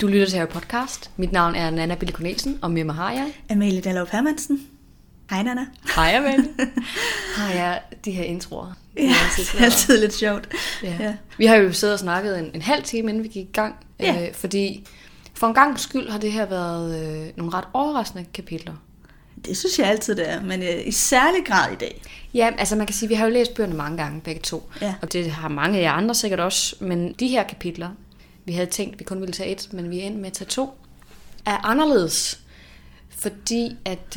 Du lytter til Harry Podcast. Mit navn er Nana Bille Cornelsen, og med mig har jeg... Amalie Dallov Hermansen. Hej Nana. Hej Amalie. Har jeg de her introer? Ja, det er altid lidt sjovt. Ja. Vi har jo siddet og snakket en halv time, inden vi gik i gang. Fordi for en gangs skyld har det her været nogle ret overraskende kapitler. Det synes jeg altid, det er, men i særlig grad i dag. Ja, altså man kan sige, at vi har jo læst bøgerne mange gange, begge to. Ja. Og det har mange af jer andre sikkert også. Men de her kapitler, vi havde tænkt, at vi kun ville tage et, men vi er endt med at tage to, er anderledes. Fordi at,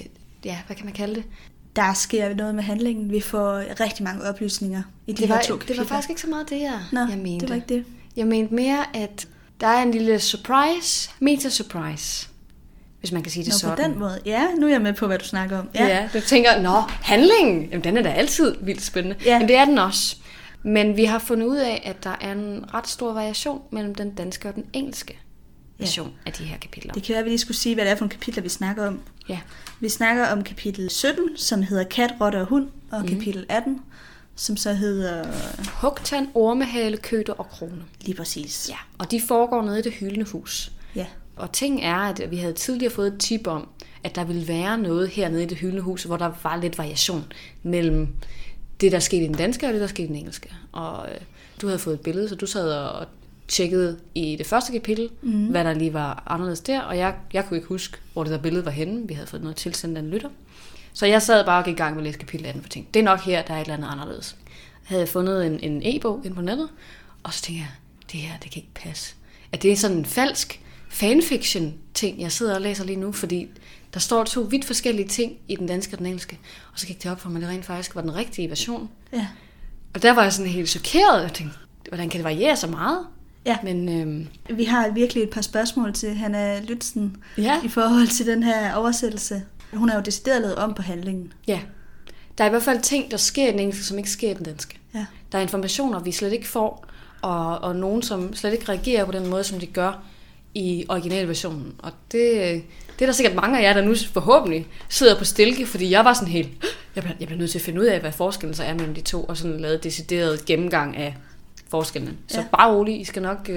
hvad kan man kalde det? Der sker noget med handlingen. Vi får rigtig mange oplysninger i de her to kapitler. Det var faktisk ikke så meget det, jeg mente. Det var ikke det. Jeg mente mere, at der er en lille surprise, meta-surprise, hvis man kan sige det sådan. På den måde. Ja, nu er jeg med på, hvad du snakker om. Ja, du tænker, handlingen, jamen, den er da altid vildt spændende. Ja. Men det er den også. Men vi har fundet ud af, at der er en ret stor variation mellem den danske og den engelske version af de her kapitler. Det kan være, at vi lige skulle sige, hvad det er for nogle kapitler, vi snakker om. Ja. Vi snakker om kapitel 17, som hedder Kat, rotte og hund, og kapitel 18, som så hedder... Hugtand, ormehale, køter og krone. Lige præcis. Ja, og de foregår nede i Det Hyldende Hus. Ja. Og ting er, at vi havde tidligere fået et tip om, at der ville være noget hernede i Det Hyldende Hus, hvor der var lidt variation mellem det, der skete i den danske, og det, der skete i den engelske. Og du havde fået et billede, så du sad og tjekkede i det første kapitel, hvad der lige var anderledes der, og jeg kunne ikke huske, hvor det der billede var henne. Vi havde fået noget tilsendt af en lytter. Så jeg sad bare og gik i gang med at læse kapitel 18 og tænkte, det er nok her, der er et eller andet anderledes. Jeg havde fundet en e-bog inde på nettet, og så tænkte jeg, det her, det kan ikke passe. At det er sådan en falsk fanfiction-ting, jeg sidder og læser lige nu, fordi der står to vidt forskellige ting i den danske og den engelske, og så gik det op for mig, det rent faktisk var den rigtige version. Ja. Og der var jeg sådan helt chokeret, og tænkte, hvordan kan det variere så meget? Ja, men vi har virkelig et par spørgsmål til Hanna Lützen i forhold til den her oversættelse. Hun har jo decideret lavet om på handlingen. Ja, der er i hvert fald ting, der sker i den engelske, som ikke sker i den danske. Ja. Der er informationer, vi slet ikke får, og nogen, som slet ikke reagerer på den måde, som de gør i originalversionen. Og det er der sikkert mange af jer, der nu forhåbentlig sidder på stilke, fordi jeg var sådan helt, jeg bliver nødt til at finde ud af, hvad forskellen så er mellem de to, og sådan lavet decideret gennemgang af forskellen. Så bare roligt, I skal nok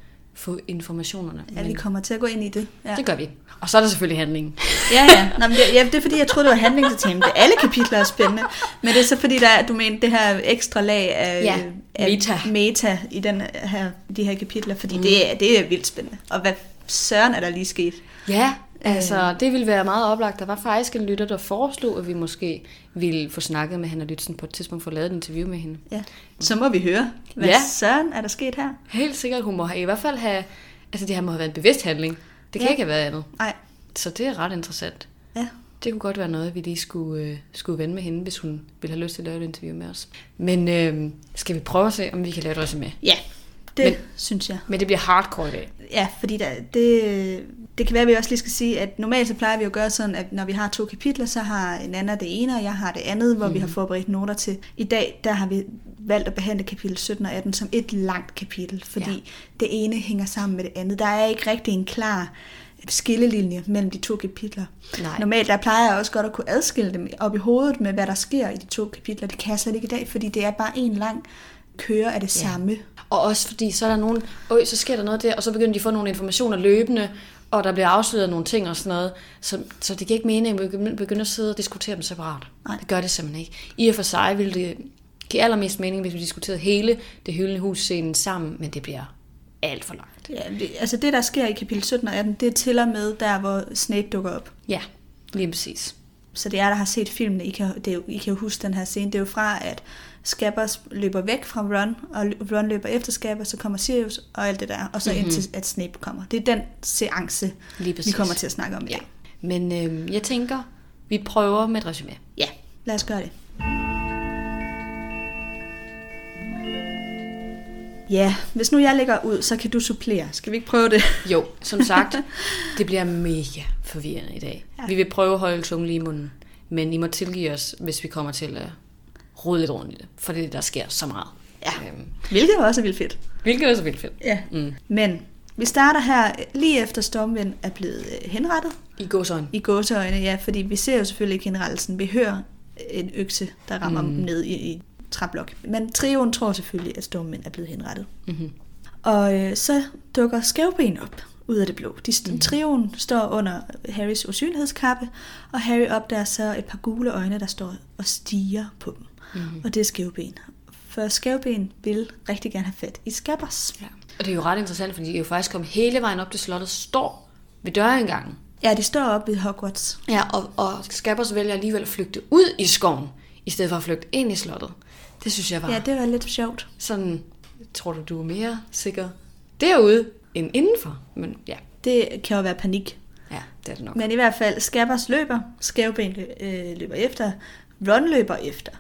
få informationerne. Ja, vi kommer til at gå ind i det. Ja. Det gør vi. Og så er der selvfølgelig handlingen. Ja. Nå, men det er fordi, jeg troede, det var handling, så tænkte alle kapitler er spændende. Men det er så fordi, du mener det her ekstra lag af meta i de her kapitler, fordi det er vildt spændende. Og hvad søren er der lige sket? Ja, altså det ville være meget oplagt. Der var faktisk en lytter, der foreslog, at vi måske ville få snakket med Hanna Lützen på et tidspunkt, for at lave et interview med hende. Ja, så må vi høre, hvad søren er der sket her? Helt sikkert, hun må i hvert fald have, altså det her må have været en bevidst handling. Det kan ikke have været andet. Nej. Så det er ret interessant. Ja. Det kunne godt være noget, vi lige skulle vende med hende, hvis hun ville have lyst til at lave et interview med os. Men skal vi prøve at se, om vi kan lave et resume? Ja, det synes jeg. Men det bliver hardcore i dag. Ja, fordi det kan være, at vi også lige skal sige, at normalt så plejer vi at gøre sådan, at når vi har to kapitler, så har en anden det ene, og jeg har det andet, hvor vi har forberedt noter til. I dag, der har vi valgt at behandle kapitel 17 og 18 som et langt kapitel, fordi det ene hænger sammen med det andet. Der er ikke rigtig en klar skillelinje mellem de to kapitler. Nej. Normalt der plejer jeg også godt at kunne adskille dem op i hovedet med, hvad der sker i de to kapitler. Det kan jeg slet ikke i dag, fordi det er bare en lang køre af det samme. Og også fordi, så er der nogen, så sker der noget der, og så begynder de at få nogle informationer løbende, og der bliver afsløret nogle ting og sådan noget, så det giver ikke mening, at vi begynder at sidde og diskutere dem separat. Nej. Det gør det simpelthen ikke. I og for sig ville det give allermest mening, hvis vi diskuterede hele Det Hyldende Hus-scenen sammen, men det bliver alt for langt. Ja, altså det, der sker i kapitel 17 og 18, det er til og med der, hvor Snape dukker op. Ja, lige præcis. Så det er, der har set filmene, I kan jo huske den her scene. Det er jo fra, at Scabbers løber væk fra Ron, og Ron løber efter Scabbers, så kommer Sirius og alt det der, og så indtil at Snape kommer. Det er den seance, vi kommer til at snakke om i dag. Men jeg tænker, vi prøver med et resume. Ja, lad os gøre det. Ja, hvis nu jeg lægger ud, så kan du supplere. Skal vi ikke prøve det? Jo, som sagt, det bliver mega forvirrende i dag. Ja. Vi vil prøve at holde tungen lige i munden, men I må tilgive os, hvis vi kommer til at rode lidt rundt i det, for det der sker så meget. Ja, hvilket også er vildt fedt. Ja. Men vi starter her lige efter Stormvind er blevet henrettet. I gåseøjne, ja, fordi vi ser jo selvfølgelig ikke henrettelsen. Vi hører en økse, der rammer ned i træblok. Men trioen tror selvfølgelig, at Stormvind er blevet henrettet. Mm-hmm. Og så dukker Skævben op ud af det blå. Trioen står under Harrys usynlighedskappe, og Harry opdager så et par gule øjne, der står og stiger på dem. Og det er Skævben. For Skævben vil rigtig gerne have fat i Scabbers. Ja. Og det er jo ret interessant, fordi de er jo faktisk kommet hele vejen op til slottet, står ved dørindgangen. Ja, de står oppe ved Hogwarts. Ja, og Scabbers vælger alligevel at flygte ud i skoven, i stedet for at flygte ind i slottet. Det synes jeg var... Ja, det var lidt sjovt. Sådan, tror du er mere sikker derude end indenfor? Men ja. Det kan jo være panik. Ja, det er det nok. Men i hvert fald, Scabbers løber, Skævben løber efter, Ron løber efter.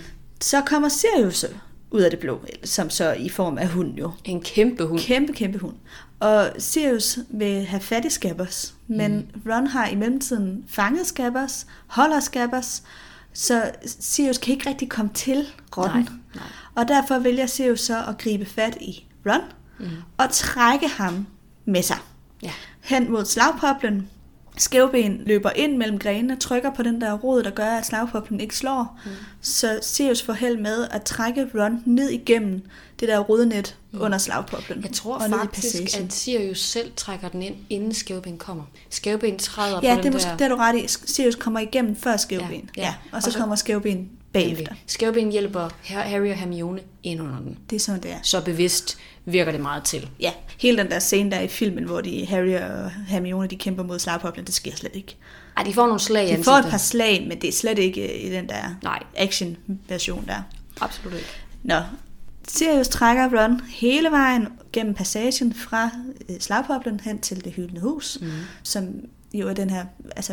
Så kommer Sirius ud af det blå, som så i form af hund jo. En kæmpe hund. Kæmpe hund. Og Sirius vil have fat i Scabbers, men Ron har i mellemtiden fanget Scabbers, holder Scabbers, så Sirius kan ikke rigtig komme til Ron. Nej. Og derfor vælger Sirius så at gribe fat i Ron og trække ham med sig. Ja. Hen mod slagpoplen. Skævben løber ind mellem grenene, trykker på den der rod, der gør, at slagpoplen ikke slår. Så Sirius får held med at trække Ron ned igennem det der rodnet under slagpoplen. Jeg tror faktisk, at Sirius selv trækker den ind, inden Skævben kommer. Skævben træder på den der... Ja, det er du ret i. Sirius kommer igennem før Skævben. Ja. Og så kommer Skævben bagefter. Skævben hjælper Harry og Hermione ind under den. Det er sådan, det er. Så bevidst virker det meget til. Ja, hele den der scene der i filmen, hvor Harry og Hermione de kæmper mod slagpoplen, det sker slet ikke. Ej, de får nogle slag i ansigtet. De får et par slag, men det er slet ikke i den der action-version der. Absolut ikke. Nå, Sirius trækker Ron hele vejen gennem passagen fra slagpoplen hen til det hyldende hus, som jo er den her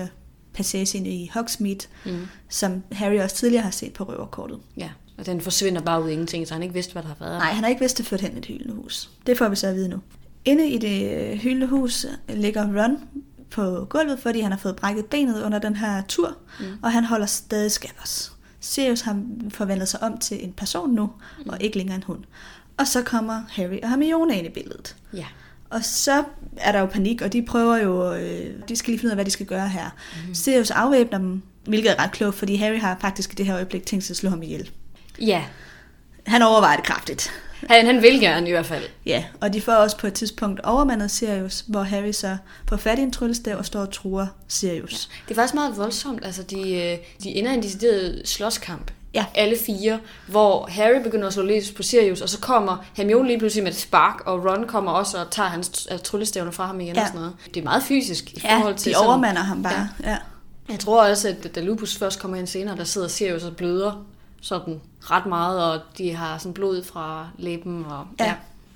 passagen i Hogsmeade, som Harry også tidligere har set på røverkortet. Ja, og den forsvinder bare ud i ingenting, så han ikke vidste, hvad der har været. Nej, han har ikke vidst, det ført hen i det hyldende hus. Det får vi så at vide nu. Inde i det hyldende hus ligger Ron på gulvet, fordi han har fået brækket benet under den her tur, og han holder stadig Scabbers. Sirius har forvandlet sig om til en person nu, og ikke længere en hund. Og så kommer Harry og Hermione ind i billedet. Ja. Og så er der jo panik, og de prøver jo, de skal lige finde ud af, hvad de skal gøre her. Sirius afvæbner dem, hvilket er ret klogt, fordi Harry har faktisk i det her øjeblik tænkt sig at slå ham ihjel. Ja. Han overvejer det kraftigt. Han vil gerne i hvert fald. Ja, og de får også på et tidspunkt overmandet Sirius, hvor Harry så får fat i en tryllestav og står og truer Sirius. Ja. Det er faktisk meget voldsomt. Altså, de ender i en decideret slåskamp. Ja. Alle fire, hvor Harry begynder at slå løs på Sirius, og så kommer Hermione lige pludselig med et spark, og Ron kommer også og tager hans tryllestavne fra ham igen og sådan noget. Det er meget fysisk i forhold til... de overmander ham bare. Ja. Jeg tror også, at da Lupus først kommer ind senere, der sidder Sirius og bløder sådan ret meget, og de har sådan blod fra læben. Og, der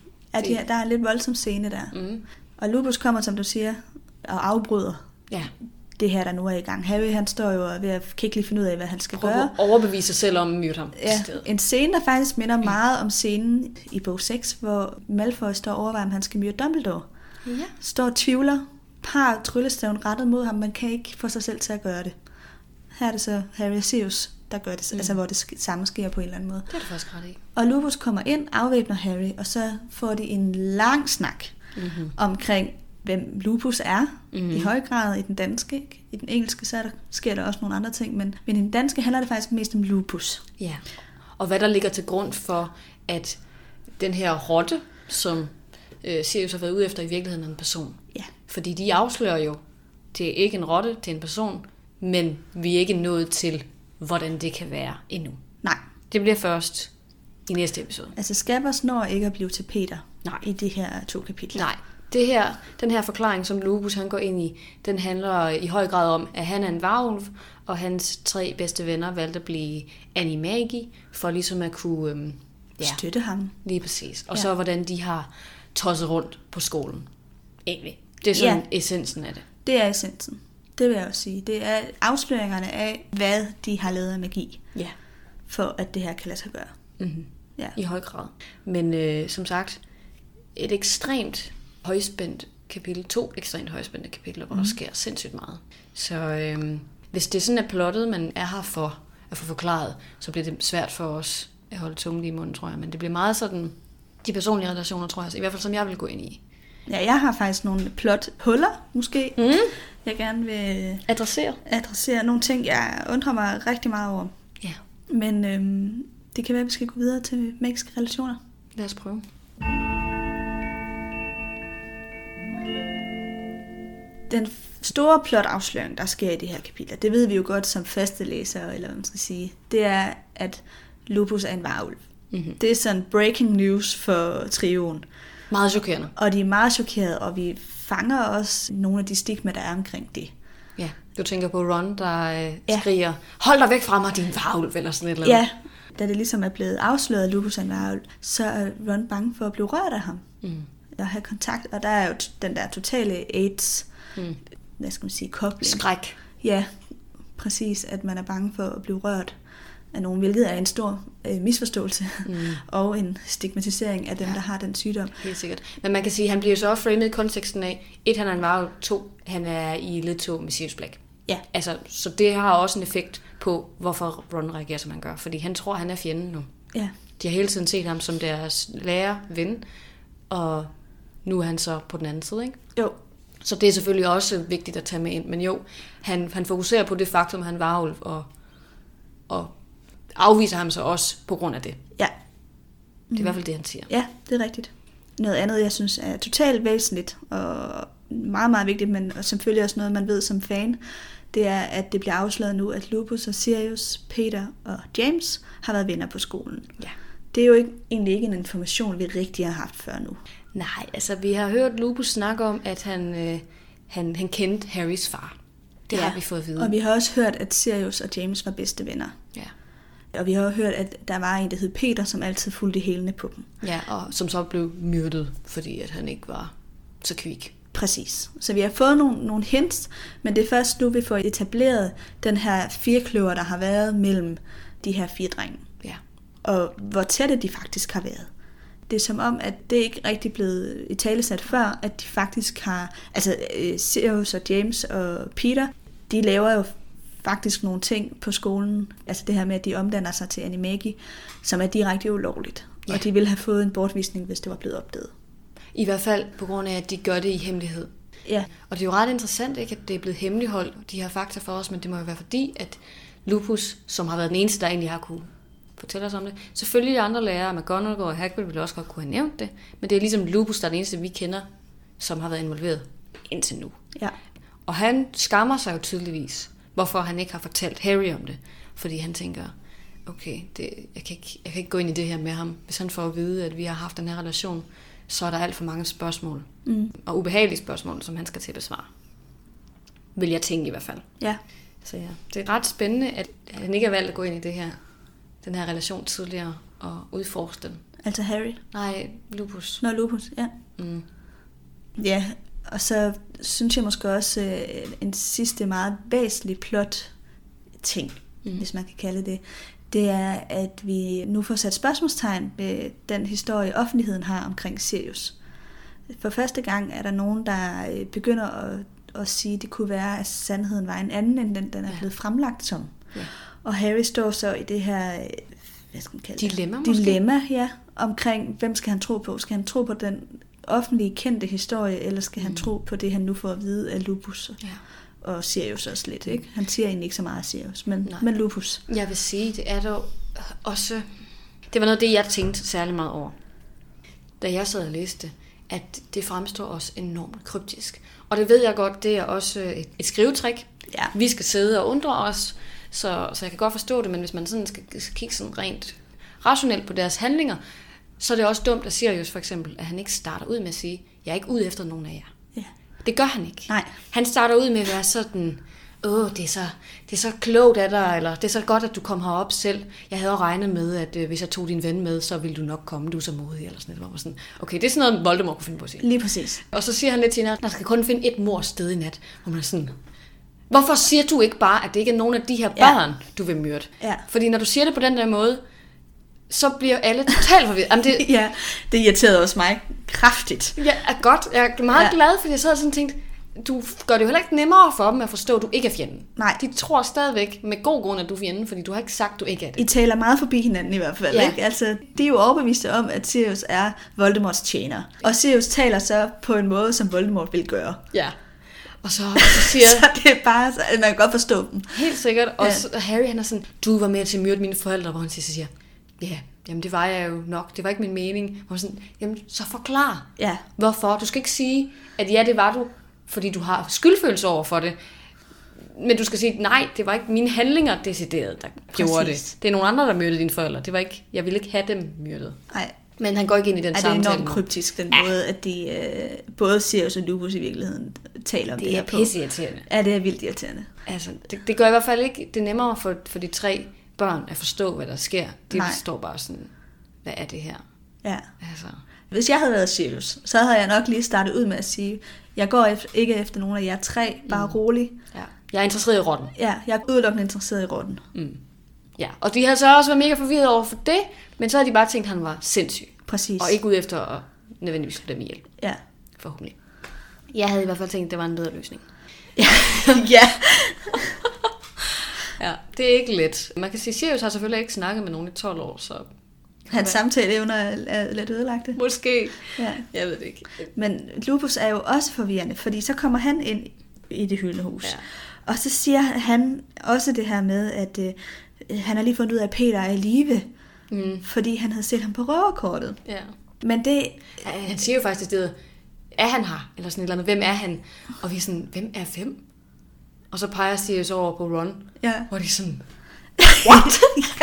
er en lidt voldsom scene der. Og Lupus kommer, som du siger, og afbryder det her, der nu er i gang. Harry, han står jo ved at kan ikke lige finde ud af, hvad han skal gøre. Overbevise sig selv om at myrde ham. Ja, en scene, der faktisk minder meget om scenen i bog 6, hvor Malfoy står og overvejer, om han skal myrde Dumbledore. Ja. Står og tvivler, har tryllestaven rettet mod ham, man kan ikke få sig selv til at gøre det. Her er det så Harry og Sirius, der gør det, altså hvor det samme sker på en eller anden måde. Det er du faktisk ret i. Og Lupus kommer ind, afvæbner Harry, og så får de en lang snak omkring, hvem Lupus er, i høj grad i den danske. I den engelske sker der også nogle andre ting, men i den danske handler det faktisk mest om Lupus. Ja, og hvad der ligger til grund for, at den her rotte, som Sirius har været ude efter, i virkeligheden er en person. Ja. Fordi de afslører jo, det er ikke en rotte, det er en person, men vi er ikke nået til, hvordan det kan være endnu. Nej. Det bliver først i næste episode. Altså Scabbers når ikke at blive til Peter. Nej. I de her 2 kapitler. Nej. Den her forklaring, som Lupus han går ind i, den handler i høj grad om, at han er en varulv, og hans 3 bedste venner valgte at blive animagi, for ligesom at kunne støtte ham. Lige præcis. Og så hvordan de har tosset rundt på skolen. Egentlig. Det er sådan essensen af det. Det er essensen. Det vil jeg også sige. Det er afsløringerne af, hvad de har lavet af magi. Ja. For at det her kan lade sig gøre. Mm-hmm. Ja. I høj grad. Men som sagt, et ekstremt højspændt kapitel. 2 ekstremt højspændte kapitler, hvor der sker sindssygt meget. Så hvis det sådan er plottet, man er her for at få forklaret, så bliver det svært for os at holde tungen lige i munden, tror jeg. Men det bliver meget sådan, de personlige relationer, tror jeg, i hvert fald som jeg vil gå ind i. Ja, jeg har faktisk nogle plothuller, måske. Jeg gerne vil adressere nogle ting, jeg undrer mig rigtig meget over. Ja. Men det kan være, at vi skal gå videre til magiske relationer. Lad os prøve. Den store plot-afsløring, der sker i det her kapitler, det ved vi jo godt som faste læsere, eller hvad man skal sige, det er, at Lupus er en varulv. Mm-hmm. Det er sådan breaking news for trioen. Meget chokerende. Og de er meget chokerede, og vi fanger også nogle af de stigma, der er omkring det. Ja, du tænker på Ron, der skriger, hold dig væk fra mig, din varulv, eller sådan et eller andet. Ja, da det ligesom er blevet afsløret, at Lupus er en varulv, så er Ron bange for at blive rørt af ham. Og have kontakt, og der er jo den der totale AIDS, hvad skal man sige, kobling. Skræk. Ja, præcis, at man er bange for at blive rørt af nogen, hvilket er en stor misforståelse og en stigmatisering af dem, der har den sygdom. Helt sikkert. Men man kan sige, at han bliver så også framet i konteksten af, 1, han er en varulv, 2, han er i ledtog med Sirius Black. Ja. Altså, så det har også en effekt på, hvorfor Ron reagerer, som han gør. Fordi han tror, han er fjenden nu. Ja. De har hele tiden set ham som deres lærer, ven, og nu er han så på den anden side, ikke? Jo. Så det er selvfølgelig også vigtigt at tage med ind. Men jo, han fokuserer på det faktum, at han er varulv, og afviser ham så også på grund af det. Ja. Det er i hvert fald det, han siger. Ja, det er rigtigt. Noget andet, jeg synes er totalt væsentligt, og meget, meget vigtigt, men selvfølgelig også noget, man ved som fan, det er, at det bliver afsløret nu, at Lupus og Sirius, Peter og James har været venner på skolen. Ja. Det er jo egentlig ikke en information, vi rigtig har haft før nu. Nej, altså vi har hørt Lupus snakke om, at han kendte Harrys far. Det har vi fået at vide. Og vi har også hørt, at Sirius og James var bedste venner. Ja. Og vi har hørt, at der var en, der hed Peter, som altid fulgte hælene på dem. Ja, og som så blev myrdet, fordi at han ikke var så kvik. Præcis. Så vi har fået nogle hints, men det er først nu, vi får etableret den her firkløver, der har været mellem de her 4 drenge. Ja. Og hvor tætte de faktisk har været. Det er som om, at det ikke rigtig blevet italesat før, at de faktisk har... Altså, Sirius og James og Peter, de laver jo faktisk nogle ting på skolen. Altså det her med, at de omdanner sig til animagi, som er direkte ulovligt. Ja. Og de ville have fået en bortvisning, hvis det var blevet opdaget. I hvert fald på grund af, at de gør det i hemmelighed. Ja. Og det er jo ret interessant, ikke, at det er blevet hemmeligholdt, de her fakta for os, men det må jo være fordi, at Lupus, som har været den eneste, der egentlig har kunne fortælle os om det, selvfølgelig de andre lærere, McGonagall og Hagrid ville også godt kunne have nævnt det, men det er ligesom Lupus, der er den eneste, vi kender, som har været involveret indtil nu. Ja. Og han skammer sig jo tydeligvis, hvorfor han ikke har fortalt Harry om det, fordi han tænker, okay, jeg kan ikke gå ind i det her med ham. Hvis han får at vide, at vi har haft den her relation, så er der alt for mange spørgsmål. Og ubehagelige spørgsmål, som han skal til at besvare. Vil jeg tænke i hvert fald. Ja. Så ja, det er ret spændende, at han ikke har valgt at gå ind i den her relation tidligere og udforske den. Altså Harry? Nej, Lupus. Nå, Lupus, ja. Ja, og så synes jeg måske også en sidste meget væsentlig plot-ting, hvis man kan kalde det, det er, at vi nu får sat spørgsmålstegn ved den historie, offentligheden har omkring Sirius. For første gang er der nogen, der begynder at sige, at det kunne være, at sandheden var en anden, end den er blevet fremlagt som. Ja. Og Harry står så i det her, hvad skal man kalde det? Dilemma, ja, omkring, hvem skal han tro på? Skal han tro på den offentlige kendte historie, eller skal han tro på det, han nu får at vide af Lupus? Ja. Og Sirius også lidt, ikke? Han siger egentlig ikke så meget Sirius, men Lupus. Jeg vil sige, det er dog også... Det var noget af det, jeg tænkte særlig meget over, da jeg sad og læste, at det fremstår også enormt kryptisk. Og det ved jeg godt, det er også et skrivetrik. Ja. Vi skal sidde og undre os, så jeg kan godt forstå det, men hvis man sådan skal kigge sådan rent rationelt på deres handlinger, så er det også dumt af Sirius for eksempel, at han ikke starter ud med at sige, jeg er ikke ude efter nogen af jer. Ja. Det gør han ikke. Nej. Han starter ud med at være sådan, det er så klogt af dig, eller det er så godt, at du kom herop selv. Jeg havde regnet med, at hvis jeg tog din ven med, så ville du nok komme, du er så modig, eller sådan noget. Sådan, okay, det er sådan noget, Voldemort kunne finde på at sige. Lige præcis. Og så siger han lidt til hende, der skal kun finde et mord sted i nat, hvor man er sådan, hvorfor siger du ikke bare, at det ikke er nogen af de her børn, du vil myrde? Ja. Fordi når du siger det på den der måde, så bliver alle totalt forvirret. Ja, det irriterede også mig kraftigt. Ja, er godt. Jeg er meget glad, fordi jeg sad sådan og tænkte, du gør det jo heller ikke nemmere for dem at forstå, at du ikke er fjenden. Nej. De tror stadigvæk med god grund, at du er fjenden, fordi du har ikke sagt, at du ikke er det. I taler meget forbi hinanden i hvert fald. Ja. Ikke? Altså, de er jo overbeviste om, at Sirius er Voldemorts tjener. Og Sirius taler så på en måde, som Voldemort vil gøre. Ja. Og så siger... så det er bare, man kan godt forstå dem. Helt sikkert. Og Harry, han er sådan, du var med til at myrde mine forældre, hvor han siger, ja, jamen det var jeg jo nok. Det var ikke min mening. Hvor sådan, jamen så forklar. Ja. Hvorfor? Du skal ikke sige, at ja, det var du, fordi du har skyldfølelse over for det. Men du skal sige, nej, det var ikke mine handlinger decideret, der gjorde det. Det er nogle andre, der myrdede dine forældre. Det var ikke, jeg ville ikke have dem myrdet. Nej. Men han går ikke ind i den samtale. Det er enormt kryptisk, den måde, at de både Sirius og Lupus i virkeligheden taler om det her på. Det er pisseirriterende. Ja, det er vildt irriterende. Altså, det gør i hvert fald ikke det nemmere for de 3 børn at forstå, hvad der sker. De forstår bare sådan, hvad er det her? Ja. Altså. Hvis jeg havde været Sirius, så havde jeg nok lige startet ud med at sige, jeg går ikke efter nogen af jer 3, bare rolig. Ja. Jeg er interesseret i rotten. Ja, jeg er udelukkende interesseret i rotten. Ja, og de havde så også været mega forvirret over for det, men så havde de bare tænkt, at han var sindssyg. Præcis. Og ikke ud efter at nødvendigvis slå dem ihjel. Ja. Forhåbentlig. Jeg havde i hvert fald tænkt, at det var en bedre løsning. Ja. Ja, det er ikke let. Man kan sige, at Sirius har selvfølgelig ikke snakket med nogen i 12 år, så... Hans samtaleevner er lidt ødelagte. Måske. Ja. Jeg ved det ikke. Men Lupus er jo også forvirrende, fordi så kommer han ind i det hyldende hus. Ja. Og så siger han også det her med, at han har lige fundet ud af, at Peter er i live, fordi han havde set ham på røverkortet. Ja. Men det... Han siger jo faktisk det, er han her? Eller sådan et eller andet, hvem er han? Og vi er sådan, hvem er hvem? Og så peger Sirius over på Ron, hvor de sådan, what?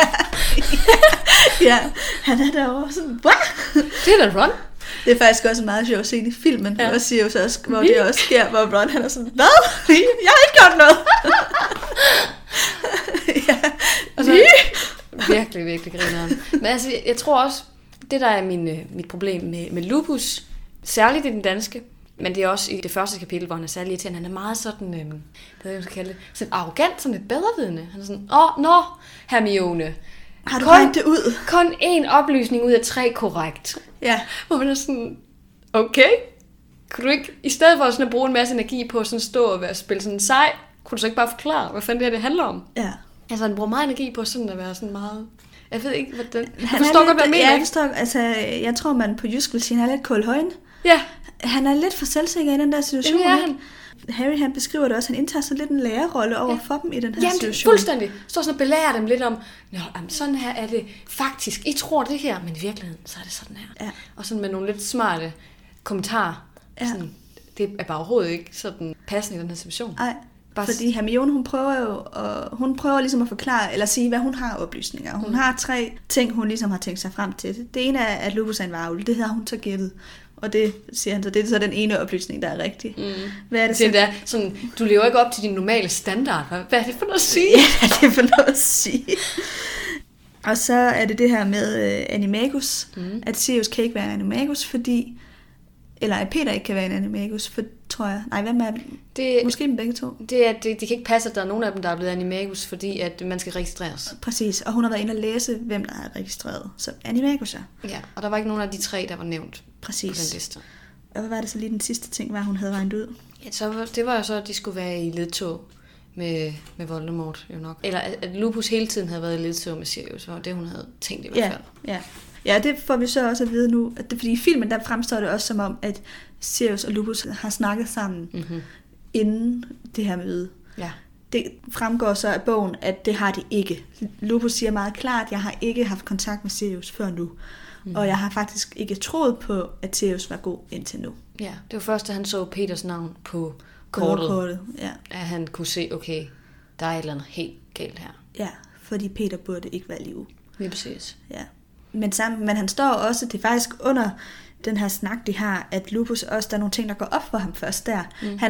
Ja, han er derovre sådan, what? Det er da Ron. Det er faktisk også en meget sjov scene i filmen, hvor Sirius også, hvor det også sker, hvor Ron han er sådan, hvad? Jeg har ikke gjort noget. Ja. Og så, virkelig, virkelig grineren. Men altså, jeg tror også, det der er mit problem med Lupus, særligt i den danske, men det er også i det første kapitel, hvor han er særlig irriterende. Han er meget sådan, hvad jeg skal kalde det, sådan arrogant, sådan lidt bedrevidende. Han er sådan, Hermione. Har du regnet det ud? Kun 1 oplysning ud af 3 korrekt. Ja. Hvor man er sådan, okay, kunne du ikke, i stedet for sådan at bruge en masse energi på at sådan stå og spille sådan sej, kunne du så ikke bare forklare, hvad fanden det handler om? Ja. Altså, han bruger meget energi på sådan at være sådan meget... Jeg ved ikke, hvordan... Jeg forstår godt, hvad jeg mener. Jeg forstår, altså, jeg tror, man på jysk vil sige, han er lidt koldhøjne. Ja. Han er lidt for selvsikker i den der situation. Jamen, han. Harry, han beskriver det også. Han indtager sådan lidt en lærerrolle over for dem i den her situation. Fuldstændig. Står sådan og belærer dem lidt om, sådan her er det faktisk. I tror det her, men i virkeligheden, så er det sådan her. Ja. Og sådan med nogle lidt smarte kommentarer. Ja. Sådan, det er bare overhovedet ikke sådan passende i den her situation. Nej. Fordi Hermione, hun prøver ligesom at forklare, eller sige, hvad hun har oplysninger. Hun har 3 ting, hun ligesom har tænkt sig frem til. Det ene er, at Lupus er en varulv. Det har hun så gættet. Og det siger han så, det er så den ene oplysning, der er rigtig. Hvad er det så? Det er sådan, du lever ikke op til din normale standard. Hvad er det for noget at sige? Ja, det er for noget at sige. Og så er det her med Animagus. At Sirius kan ikke være en Animagus, fordi... Eller at Peter ikke kan være en Animagus, for, tror jeg. Nej, hvem er det? Måske dem begge to. Det er, det kan ikke passe, at der er nogen af dem, der er blevet Animagus, fordi at man skal registreres. Præcis, og hun har været inde og læse, hvem der er registreret som Animagus. Ja, og der var ikke nogen af de 3, der var nævnt. Præcis. På den liste. Og hvad var det så lige den sidste ting, hun havde regnet ud? Ja, så det var jo så, at de skulle være i ledtog med Voldemort, jo nok. Eller at Lupus hele tiden havde været i ledtog med Sirius, og det hun havde tænkt i hvert fald. Ja. Ja, det får vi så også at vide nu. At det, fordi i filmen, der fremstår det også som om, at Sirius og Lupus har snakket sammen inden det her møde. Ja. Det fremgår så af bogen, at det har de ikke. Lupus siger meget klart, at jeg har ikke haft kontakt med Sirius før nu. Og jeg har faktisk ikke troet på, at Sirius var god indtil nu. Ja, det var først, da han så Peters navn på kortet, ja. At han kunne se, okay, der er et eller andet helt galt her. Ja, fordi Peter burde ikke være live. Lige præcis. Ja. Men han står også, det er faktisk under den her snak, de har, at Lupus også, der er nogle ting, der går op for ham først der.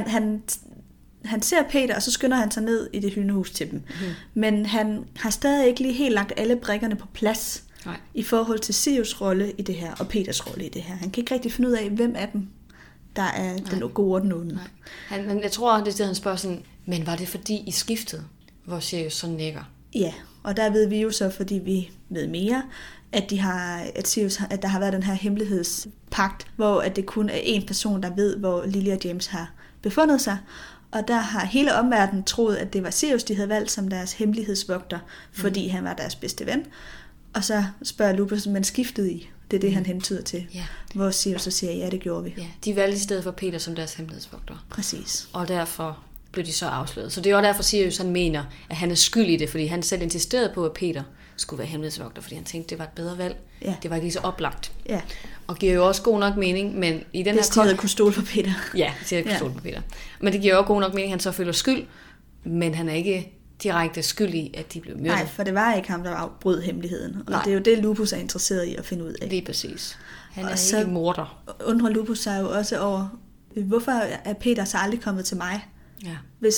Han ser Peter, og så skynder han sig ned i det hyldende hus til dem. Men han har stadig ikke lige helt lagt alle brikkerne på plads. Nej. I forhold til Sirius' rolle i det her, og Peters rolle i det her. Han kan ikke rigtig finde ud af, hvem af dem, der er den gode og den onde. Jeg tror, det er det, han spørger sådan, men var det fordi I skiftede, hvor Sirius så nikker? Ja, og der ved vi jo så, fordi vi ved mere, at der har været den her hemmelighedspagt, hvor at det kun er én person, der ved, hvor Lily og James har befundet sig. Og der har hele omverdenen troet, at det var Sirius, de havde valgt som deres hemmelighedsvogter, fordi han var deres bedste ven. Og så spørger Lupus, men skiftede I? Det er det, han hentyder til. Ja. Hvor Sirius så siger, ja, det gjorde vi. Ja, de valgte i stedet for Peter som deres hemmelighedsvogter. Præcis. Og derfor blev de så afsløret. Så det er også derfor, Sirius han mener, at han er skyld i det, fordi han selv insisterede på, at Peter skulle være hemmelighedsvogter, fordi han tænkte, det var et bedre valg. Ja. Det var ikke lige så oplagt. Ja. Og giver jo også god nok mening, men i den Hvis de havde kunne stole på Peter. Ja, hvis de havde kunne stole på Peter. Men det giver jo også god nok mening, at han så føler skyld, men han er ikke direkte skyld i, at de blev myrdet. Nej, for det var ikke ham, der afbrød hemmeligheden. Og Nej. det er jo det, Lupus er interesseret i at finde ud af. Lige præcis. Han er Og så ikke morder. undrer Lupus sig jo også over, hvorfor er Peter så aldrig kommet til mig? Ja.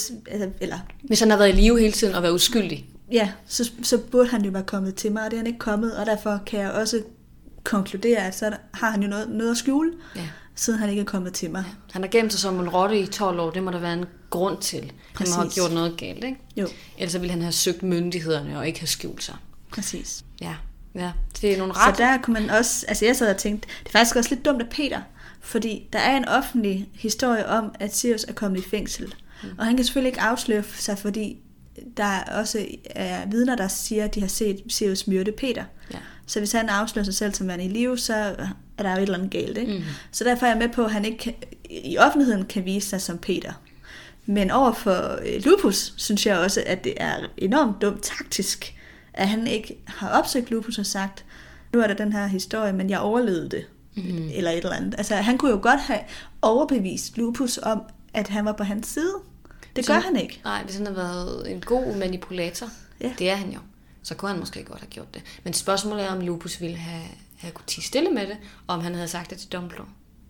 Hvis han har været i live hele tiden og været uskyldig. Ja, så burde han jo være kommet til mig, og det er han ikke kommet, og derfor kan jeg også konkludere, at så har han jo noget at skjule, siden han ikke er kommet til mig. Ja. Han har gemt sig som en rotte i 12 år, det må der være en grund til. Præcis. Han må have gjort noget galt, ikke? Jo. Ellers ville han have søgt myndighederne og ikke have skjult sig. Præcis. Ja, det er nogle ret. Så der kunne man også, altså jeg sad og tænkte, det er faktisk også lidt dumt af Peter, fordi der er en offentlig historie om, at Sirius er kommet i fængsel. Og han kan selvfølgelig ikke afsløre sig, fordi der også er vidner, der siger, at de har set Sirius myrde Peter. Ja. Så hvis han afslører sig selv som værende i live, så er der jo et eller andet galt. Ikke? Mm. Så derfor er jeg med på, at han ikke i offentligheden kan vise sig som Peter. Men overfor Lupus, synes jeg også, at det er enormt dumt taktisk, at han ikke har opsøgt Lupus og sagt, nu er der den her historie, men jeg overlevede det. Mm. Eller et eller andet. Altså han kunne jo godt have overbevist Lupus om, at han var på hans side. Det gør han ikke. Nej, hvis han har været en god manipulator, det er han jo, så kunne han måske godt have gjort det. Men spørgsmålet er, om Lupus ville have kunne tie stille med det, og om han havde sagt det til Dumbledore.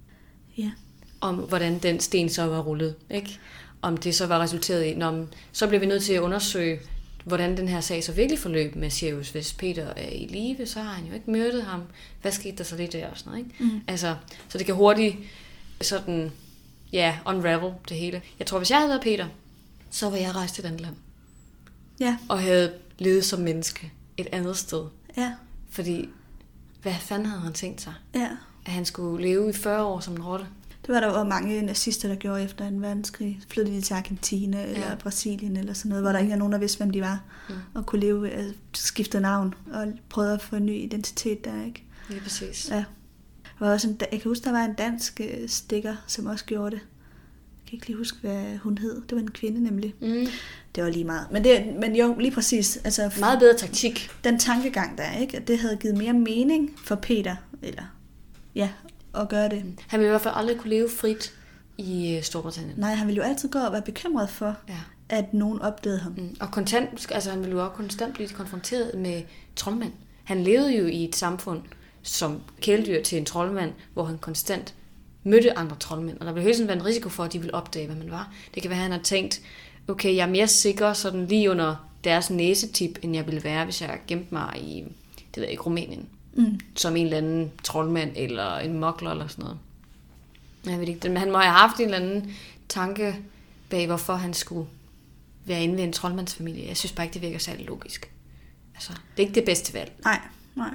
Ja. Om hvordan den sten så var rullet, ikke? Om det så var resulteret i, så bliver vi nødt til at undersøge, hvordan den her sag så virkelig forløb med Sirius. Hvis Peter er i live, så har han jo ikke myrdet ham. Hvad skete der så lidt der og sådan noget, ikke? Mm. Altså, så det kan hurtigt sådan, unravel det hele. Jeg tror, hvis jeg havde været Peter, så var jeg rejst til et andet land. Ja. Og havde levet som menneske et andet sted. Ja. Fordi, hvad fanden havde han tænkt sig? Ja. At han skulle leve i 40 år som en rotte? Det var der jo mange nazister, der gjorde efter en verdenskrig. Flyttede de til Argentina eller Brasilien eller sådan noget, hvor der ikke er nogen, der vidste, hvem de var. Mm. Og kunne leve, skifte navn og prøvede at få en ny identitet der, ikke? Ja, præcis. Ja. Der var også jeg kan huske, der var en dansk stikker, som også gjorde det. Jeg kan ikke lige huske, hvad hun hed. Det var en kvinde nemlig. Mm. Det var lige meget. Men jo, lige præcis. Altså, meget bedre taktik. Den tankegang der, ikke? At det havde givet mere mening for Peter, at gøre det. Han ville i hvert fald aldrig kunne leve frit i Storbritannien. Nej, han ville jo altid gå og være bekymret for, at nogen opdagede ham. Mm. Og han ville jo også konstant blive konfronteret med troldmænd. Han levede jo i et samfund som kæledyr til en troldmand, hvor han konstant mødte andre troldmænd, og der ville hele tiden være en risiko for, at de ville opdage, hvad man var. Det kan være, at han har tænkt, okay, jeg er mere sikker sådan lige under deres næsetip, end jeg ville være, hvis jeg gemte mig i, Rumænien. Mm. Som en eller anden troldmand, eller en mokler, eller sådan noget. Jeg ved ikke, men han må have haft en eller anden tanke bag, hvorfor han skulle være inde ved en troldmandsfamilie. Jeg synes bare ikke, det virker særlig logisk. Altså, det er ikke det bedste valg. Nej.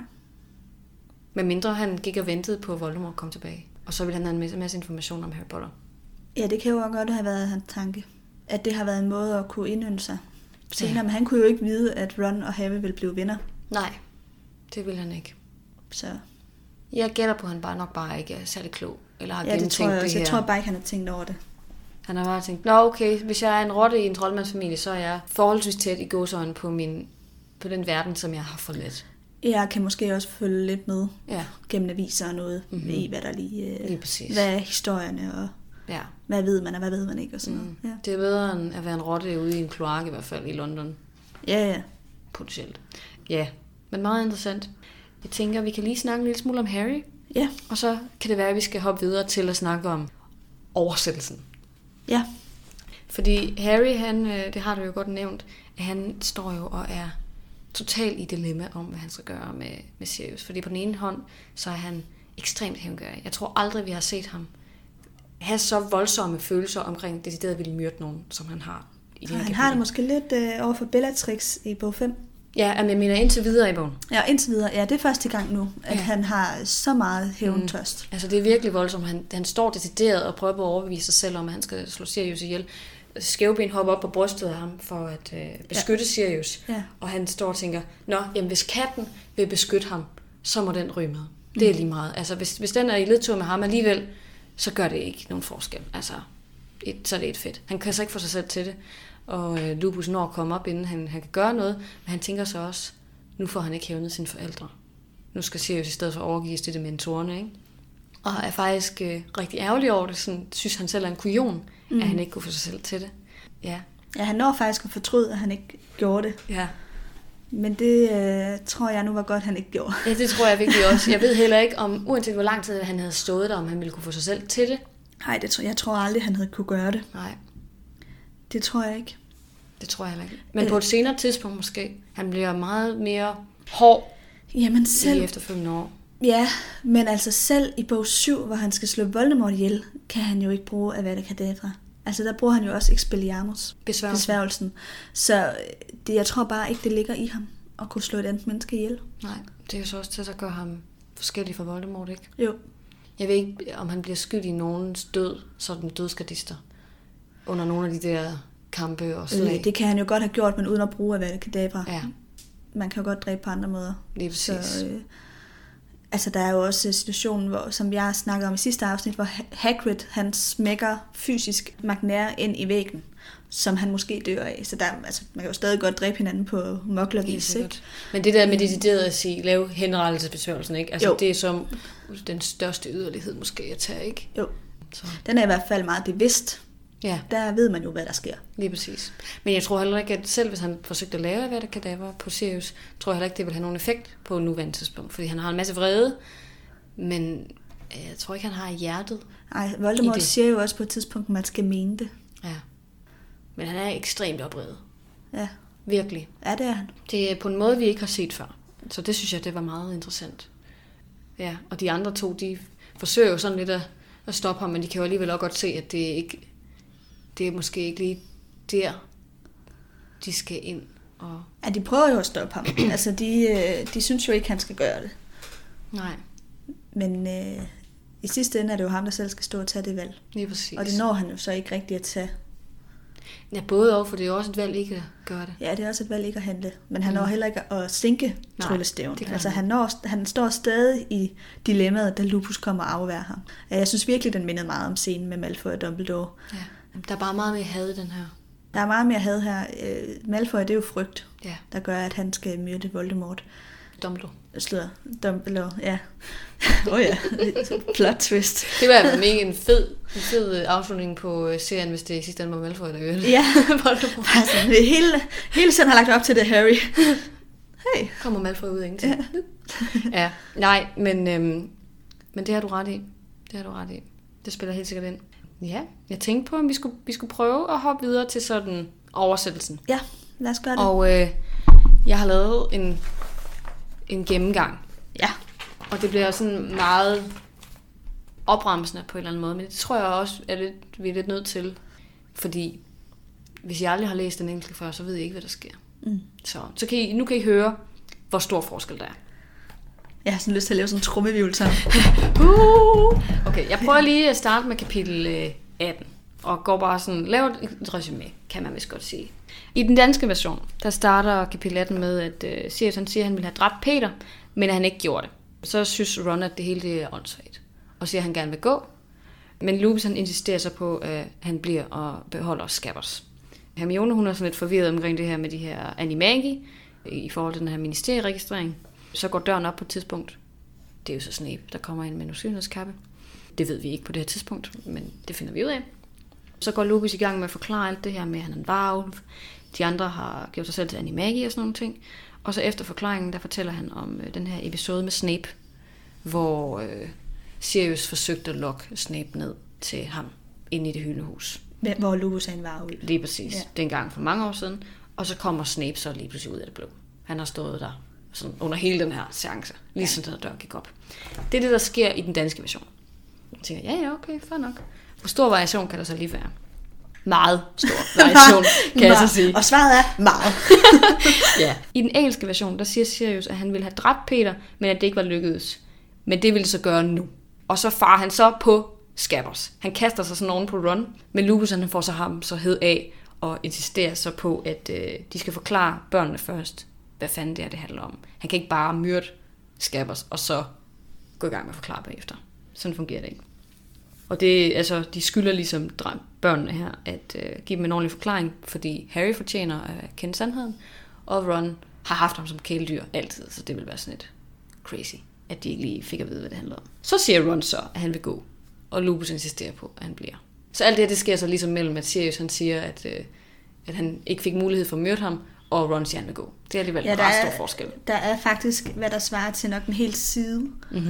Men mindre han gik og ventede på, at Voldemort kom tilbage. Og så ville han have en masse information om Harry Potter. Ja, det kan jo også godt have været hans tanke. At det har været en måde at kunne indynde sig senere. Men han kunne jo ikke vide, at Ron og Harry ville blive venner. Nej, det ville han ikke. Så. Jeg gætter på, at han nok bare ikke er særlig klog. Eller har gennemtænkt det tror jeg også. Det her. Jeg tror bare ikke, han har tænkt over det. Han har bare tænkt, okay, hvis jeg er en rotte i en troldmandsfamilie, så er jeg forholdsvis tæt i gåseøjne på den verden, som jeg har forladt. Jeg kan måske også følge lidt med gennem aviser og noget i, hvad der lige hvad er historierne, og hvad ved man, og hvad ved man ikke, og sådan noget. Ja. Det er bedre end at være en rotte ude i en kloak, i hvert fald i London. Ja. Potentielt. Ja, men meget interessant. Jeg tænker, vi kan lige snakke en lille smule om Harry. Ja. Og så kan det være, at vi skal hoppe videre til at snakke om oversættelsen. Ja. Fordi Harry, det har du jo godt nævnt, at han står jo og er totalt i dilemma om, hvad han skal gøre med Sirius. Fordi på den ene hånd, så er han ekstremt hævngørig. Jeg tror aldrig, vi har set ham have så voldsomme følelser omkring decideret ville myrde nogen, som han har i det her Han har det måske lidt over for Bellatrix i bog 5. Ja, men jeg mener indtil videre i bogen. Ja, indtil videre. Ja, det er første gang nu, at han har så meget hævntørst. Altså, det er virkelig voldsomt. Han står decideret og prøver på at overbevise sig selv om, at han skal slå Sirius ihjel. Skæveben hopper op på brystet af ham for at beskytte Sirius. Ja. Og han står og tænker, hvis katten vil beskytte ham, så må den ryge med. Det er lige meget. Altså, hvis den er i ledtog med ham alligevel, så gør det ikke nogen forskel. Altså, så er det et fedt. Han kan så ikke få sig selv til det. Og Lupus når at komme op, inden han kan gøre noget. Men han tænker så også, nu får han ikke hævnet sine forældre. Nu skal Sirius i stedet for overgives det mentorerne, ikke? Og er faktisk rigtig ærgerlig over det. Sådan, synes han selv er en kujon, at han ikke kunne få sig selv til det. Ja, han når faktisk at fortryde, at han ikke gjorde det. Ja. Men det tror jeg nu var godt, han ikke gjorde. Ja, det tror jeg virkelig også. Jeg ved heller ikke, om uanset hvor lang tid han havde stået der, om han ville kunne få sig selv til det. Nej, jeg tror aldrig, han havde kunne gøre det. Nej. Det tror jeg ikke. Det tror jeg heller ikke. Men på et senere tidspunkt måske. Han bliver meget mere hård Jamen selv, i efterfølgende år. Ja, men altså selv i bog 7, hvor han skal slå Voldemort ihjel, kan han jo ikke bruge Avada Kedavra. Altså der bruger han jo også Expelliarmus, besværgelsen. Så jeg tror bare ikke, det ligger i ham at kunne slå et andet menneske ihjel. Nej, det er jo så også til at gøre ham forskellig fra Voldemort, ikke? Jo. Jeg ved ikke, om han bliver skyld i nogens død, sådan dødsgardister, under nogle af de der kampe og slag. Det kan han jo godt have gjort, men uden at bruge Avada Kedavra. Ja. Man kan jo godt dræbe på andre måder. Lige præcis. Så, altså der er jo også situationen, hvor, som jeg snakkede om i sidste afsnit, hvor Hagrid, han smækker fysisk McNair ind i væggen, som han måske dør af. Så der, altså, man kan jo stadig godt dræbe hinanden på moklervis, ikke? Men det der med decideret at sige, lave henrettelsesbesværgelsen, ikke? Altså, det er som den største yderlighed måske at tage, ikke? Jo. Så. Den er i hvert fald meget bevidst. Ja. Der ved man jo, hvad der sker. Lige præcis. Men jeg tror heller ikke, at selv hvis han forsøgte at lave Avada Kedavra på Sirius, tror jeg heller ikke, det vil have nogen effekt på nuværende tidspunkt. Fordi han har en masse vrede, men jeg tror ikke, han har hjertet. Nej, Voldemort siger jo også på et tidspunkt, at man skal mene det. Ja. Men han er ekstremt oprevet. Ja. Virkelig. Ja, det er han. Det er på en måde, vi ikke har set før. Så det synes jeg, det var meget interessant. Ja, og de andre to, de forsøger jo sådan lidt at stoppe ham, men de kan jo alligevel også godt se, at det er måske ikke lige der, de skal ind. Og... Ja, de prøver jo at stoppe ham. Altså, de synes jo ikke, han skal gøre det. Nej. Men i sidste ende er det jo ham, der selv skal stå og tage det valg. Lige præcis. Og det når han jo så ikke rigtig at tage. Ja, både og, for det er jo også et valg ikke at gøre det. Ja, det er også et valg ikke at handle. Men han når heller ikke at sænke tryllestaven. Altså, han står stadig i dilemmaet, da Lupus kommer og afværger ham. Jeg synes virkelig, den mindede meget om scenen med Malfoy og Dumbledore. Ja. Der er bare meget mere had i den her. Der er meget mere had her. Malfoy, det er jo frygt, der gør, at han skal myrde Voldemort. Dumbledore, ja. Ja, plot twist. Det var altså mega en fed afslutning på serien, hvis det i sidste ende var Malfoy, der gør det. Ja, altså, hele tiden har lagt op til det, Harry. Hey. Kommer Malfoy ud af ingenting. Ja, nej, men det har du ret i. Det spiller helt sikkert ind. Ja, jeg tænkte på, om vi skulle prøve at hoppe videre til sådan oversættelsen. Ja, lad os gøre det. Og jeg har lavet en gennemgang. Ja. Og det bliver sådan meget opremsende på en eller anden måde, men det tror jeg også, vi er lidt nødt til. Fordi hvis jeg aldrig har læst den engelske før, så ved jeg ikke, hvad der sker. Så nu kan I høre, hvor stor forskel der er. Jeg har sådan lyst til at lave sådan en trummevivl sammen. Okay, jeg prøver lige at starte med kapitel 18. Og går bare sådan, laver et resume, kan man vist godt sige. I den danske version, der starter kapitel 18 med, at Sirius han siger, at han ville have dræbt Peter, men at han ikke gjorde det. Så synes Ron, at det hele det er åndssvagt. Og siger, at han gerne vil gå. Men Lupus han insisterer så på, at han bliver og beholder Scabbers. Hermione, hun er sådan lidt forvirret omkring det her med de her animagi, i forhold til den her ministerieregistrering. Så går døren op på et tidspunkt. Det er jo så Snape, der kommer ind med en usynlighedskappe. Det ved vi ikke på det her tidspunkt, men det finder vi ud af. Så går Lupus i gang med at forklare alt det her med, at han er en varulv. De andre har gjort sig selv til animagi og sådan nogle ting. Og så efter forklaringen, der fortæller han om den her episode med Snape, hvor Sirius forsøgte at lokke Snape ned til ham inde i det hyldehus. Hvor Lupus er en varulv. Lige præcis. Ja. Det er en gang for mange år siden. Og så kommer Snape så lige pludselig ud af det blå. Han har stået der sådan under hele den her seance, lige sådan der dør gik op. Det er det, der sker i den danske version. Jeg tænker, ja, okay, fair nok. Hvor stor variation kan der så lige være? Meget stor variation, kan jeg så sige. Og svaret er meget. Ja. I den engelske version, der siger Sirius, at han ville have dræbt Peter, men at det ikke var lykkedes. Men det ville så gøre nu. Og så farer han så på Scabbers. Han kaster sig sådan oven på Ron, men Lupus han får så ham så hed af og insisterer så på, at de skal forklare børnene først, hvad fanden det handler om. Han kan ikke bare myrde Scabbers og så gå i gang med at forklare bagefter. Sådan fungerer det ikke. Og det, altså, de skylder ligesom børnene her at give dem en ordentlig forklaring, fordi Harry fortjener at kende sandheden, og Ron har haft ham som kæledyr altid, så det vil være sådan et crazy, at de ikke lige fik at vide, hvad det handler om. Så siger Ron så, at han vil gå, og Lupus insisterer på, at han bliver. Så alt det sker så ligesom mellem, at Sirius han siger, at han ikke fik mulighed for at myrde ham, og Ron siger, han vil gå. Det er alligevel en ret stor forskel. Der er faktisk, hvad der svarer til nok en hel side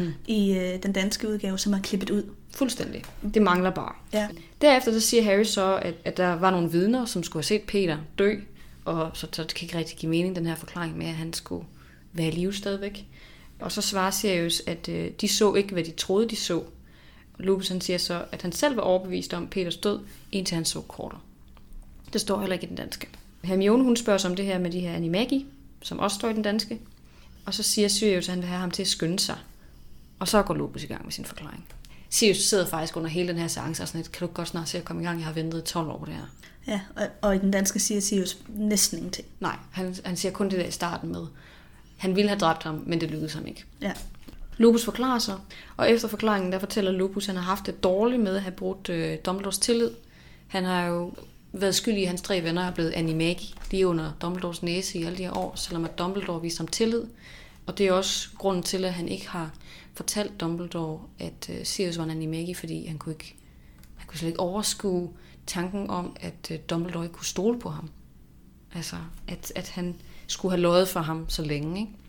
i den danske udgave, som er klippet ud. Fuldstændig. Det mangler bare. Ja. Derefter så siger Harry så, at der var nogle vidner, som skulle have set Peter dø, og så det kan ikke rigtig give mening, den her forklaring med, at han skulle være i live stadigvæk. Og så svarer Sirius, at de så ikke, hvad de troede, de så. Lupus han siger så, at han selv var overbevist om Peters død, indtil han så kortet. Det står heller ikke i den danske. Hermione hun spørger sig om det her med de her animagi, som også står i den danske. Og så siger Sirius, at han vil have ham til at skynde sig. Og så går Lupus i gang med sin forklaring. Sirius sidder faktisk under hele den her seance og sådan et, kan du godt snart se at komme i gang? Jeg har ventet 12 år på det her. Ja, og i den danske siger Sirius næsten ingenting. Nej, han siger kun det der i starten med. Han ville have dræbt ham, men det lykkedes ham ikke. Ja. Lupus forklarer sig, og efter forklaringen, der fortæller Lupus, at han har haft det dårligt med at have brugt Dumbledores tillid. Han har jo været skyldig i, at hans 3 venner er blevet animagi lige under Dumbledores næse i alle de her år, selvom at Dumbledore viste ham tillid. Og det er også grunden til, at han ikke har fortalt Dumbledore, at Sirius var en animagi, fordi han kunne slet ikke overskue tanken om, at Dumbledore ikke kunne stole på ham. Altså, at han skulle have løjet for ham så længe, ikke?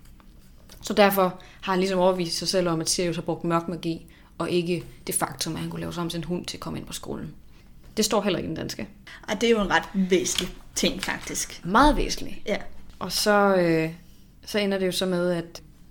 Så derfor har han ligesom overbevist sig selv om, at Sirius har brugt mørk magi, og ikke det faktum, at han kunne lave sammen til en hund til at komme ind på skolen. Det står heller ikke i den danske. Og det er jo en ret væsentlig ting, faktisk. Meget væsentlig. Ja. Og så ender det jo så med,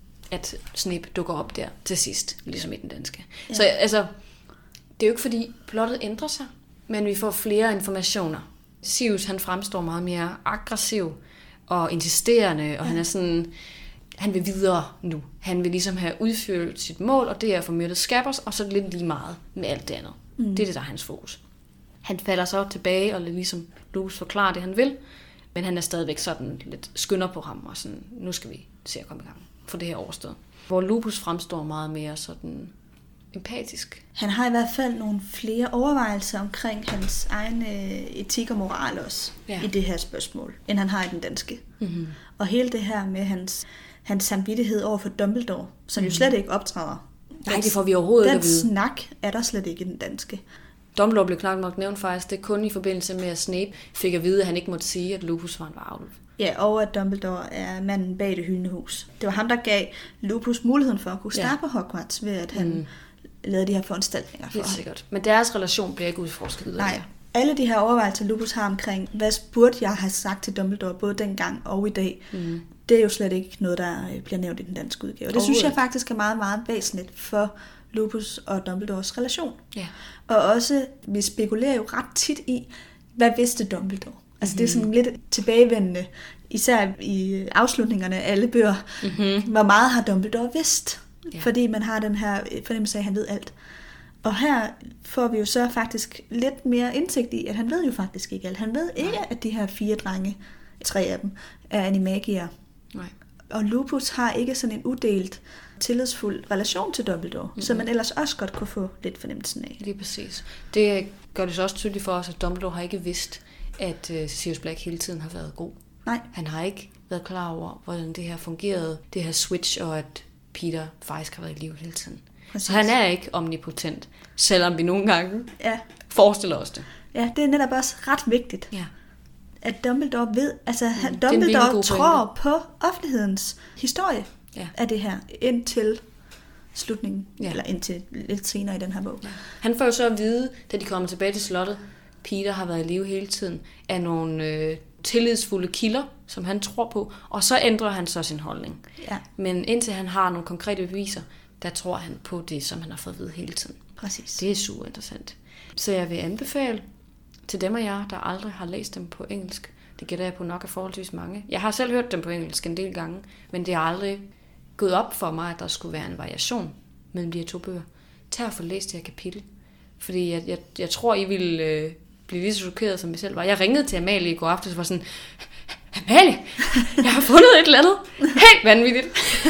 at Snape dukker op der til sidst, ligesom i den danske. Ja. Så altså, det er jo ikke fordi plottet ændrer sig, men vi får flere informationer. Sirius han fremstår meget mere aggressiv og insisterende, og han er sådan, han vil videre nu. Han vil ligesom have udført sit mål, og det er at få myrdet Scabbers, og så lidt lige meget med alt det andet. Det er det, der er hans fokus. Han falder så tilbage og ligesom Lupus forklarer det, han vil, men han er stadigvæk sådan lidt skynder på ham, og sådan, nu skal vi se at komme i gang for det her overstået. Hvor Lupus fremstår meget mere sådan empatisk. Han har i hvert fald nogle flere overvejelser omkring hans egen etik og moral også, i det her spørgsmål, end han har i den danske. Mm-hmm. Og hele det her med hans samvittighed over for Dumbledore, som jo slet ikke optræder. Nej, det får vi overhovedet ikke at vide. Den snak er der slet ikke i den danske. Dumbledore blev knap nok nævnt faktisk. Det er kun i forbindelse med, at Snape fik at vide, at han ikke måtte sige, at Lupus var en varulv. Ja, og at Dumbledore er manden bag det hyldende hus. Det var ham, der gav Lupus muligheden for at kunne starte på Hogwarts, ved at han lavede de her foranstaltninger for ham. Helt sikkert. Men deres relation bliver ikke udforsket videre. Nej. Alle de her overvejelser, Lupus har omkring, hvad burde jeg have sagt til Dumbledore, både dengang og i dag, det er jo slet ikke noget, der bliver nævnt i den danske udgave. Det synes jeg faktisk er meget, meget væsentligt for Lupus og Dumbledores relation. Ja. Og også, vi spekulerer jo ret tit i, hvad vidste Dumbledore? Altså det er sådan lidt tilbagevendende, især i afslutningerne af alle bøger. Hvor meget har Dumbledore vidst? Ja. Fordi man har den her fornemmelse af, at han ved alt. Og her får vi jo så faktisk lidt mere indsigt i, at han ved jo faktisk ikke alt. Han ved ikke, at de her 4 drenge, 3 af dem, er animagier. Nej. Og Lupus har ikke sådan en udelt tillidsfuld relation til Dumbledore, som man ellers også godt kunne få lidt fornemmelsen af. Lige præcis. Det gør det så også tydeligt for os, at Dumbledore har ikke vidst, at Sirius Black hele tiden har været god. Nej. Han har ikke været klar over, hvordan det her fungerede, det her switch, og at Peter faktisk har været i live hele tiden. Præcis. Så han er ikke omnipotent, selvom vi nogle gange forestiller os det. Ja, det er netop også ret vigtigt. Ja. At Dumbledore ved, altså Dumbledore tror på offentlighedens historie af det her, indtil slutningen, eller indtil lidt senere i den her bog. Ja. Han får jo så at vide, da de kommer tilbage til slottet, Peter har været i live hele tiden, af nogle tillidsfulde kilder, som han tror på, og så ændrer han så sin holdning. Ja. Men indtil han har nogle konkrete beviser, der tror han på det, som han har fået at vide hele tiden. Præcis. Det er super interessant. Så jeg vil anbefale til dem af jer, der aldrig har læst dem på engelsk. Det gætter jeg på nok af forholdsvis mange. Jeg har selv hørt dem på engelsk en del gange, men det har aldrig gået op for mig, at der skulle være en variation mellem de her 2 bøger. Tag og få læst det her kapitel. Fordi jeg tror, I ville blive lige så chokeret, som jeg selv var. Jeg ringede til Amalie i går aftes og var sådan, Amalie, jeg har fundet et eller andet helt vanvittigt.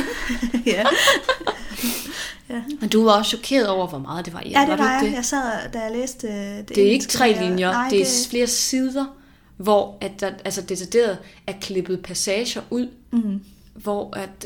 Ja. Ja. Men du var også chokeret over, hvor meget det var. Ja, det var jeg. Jeg sad, da jeg læste det. Det er ikke 3 linjer, det er flere sider, hvor at der altså decideret er klippet passager ud, hvor at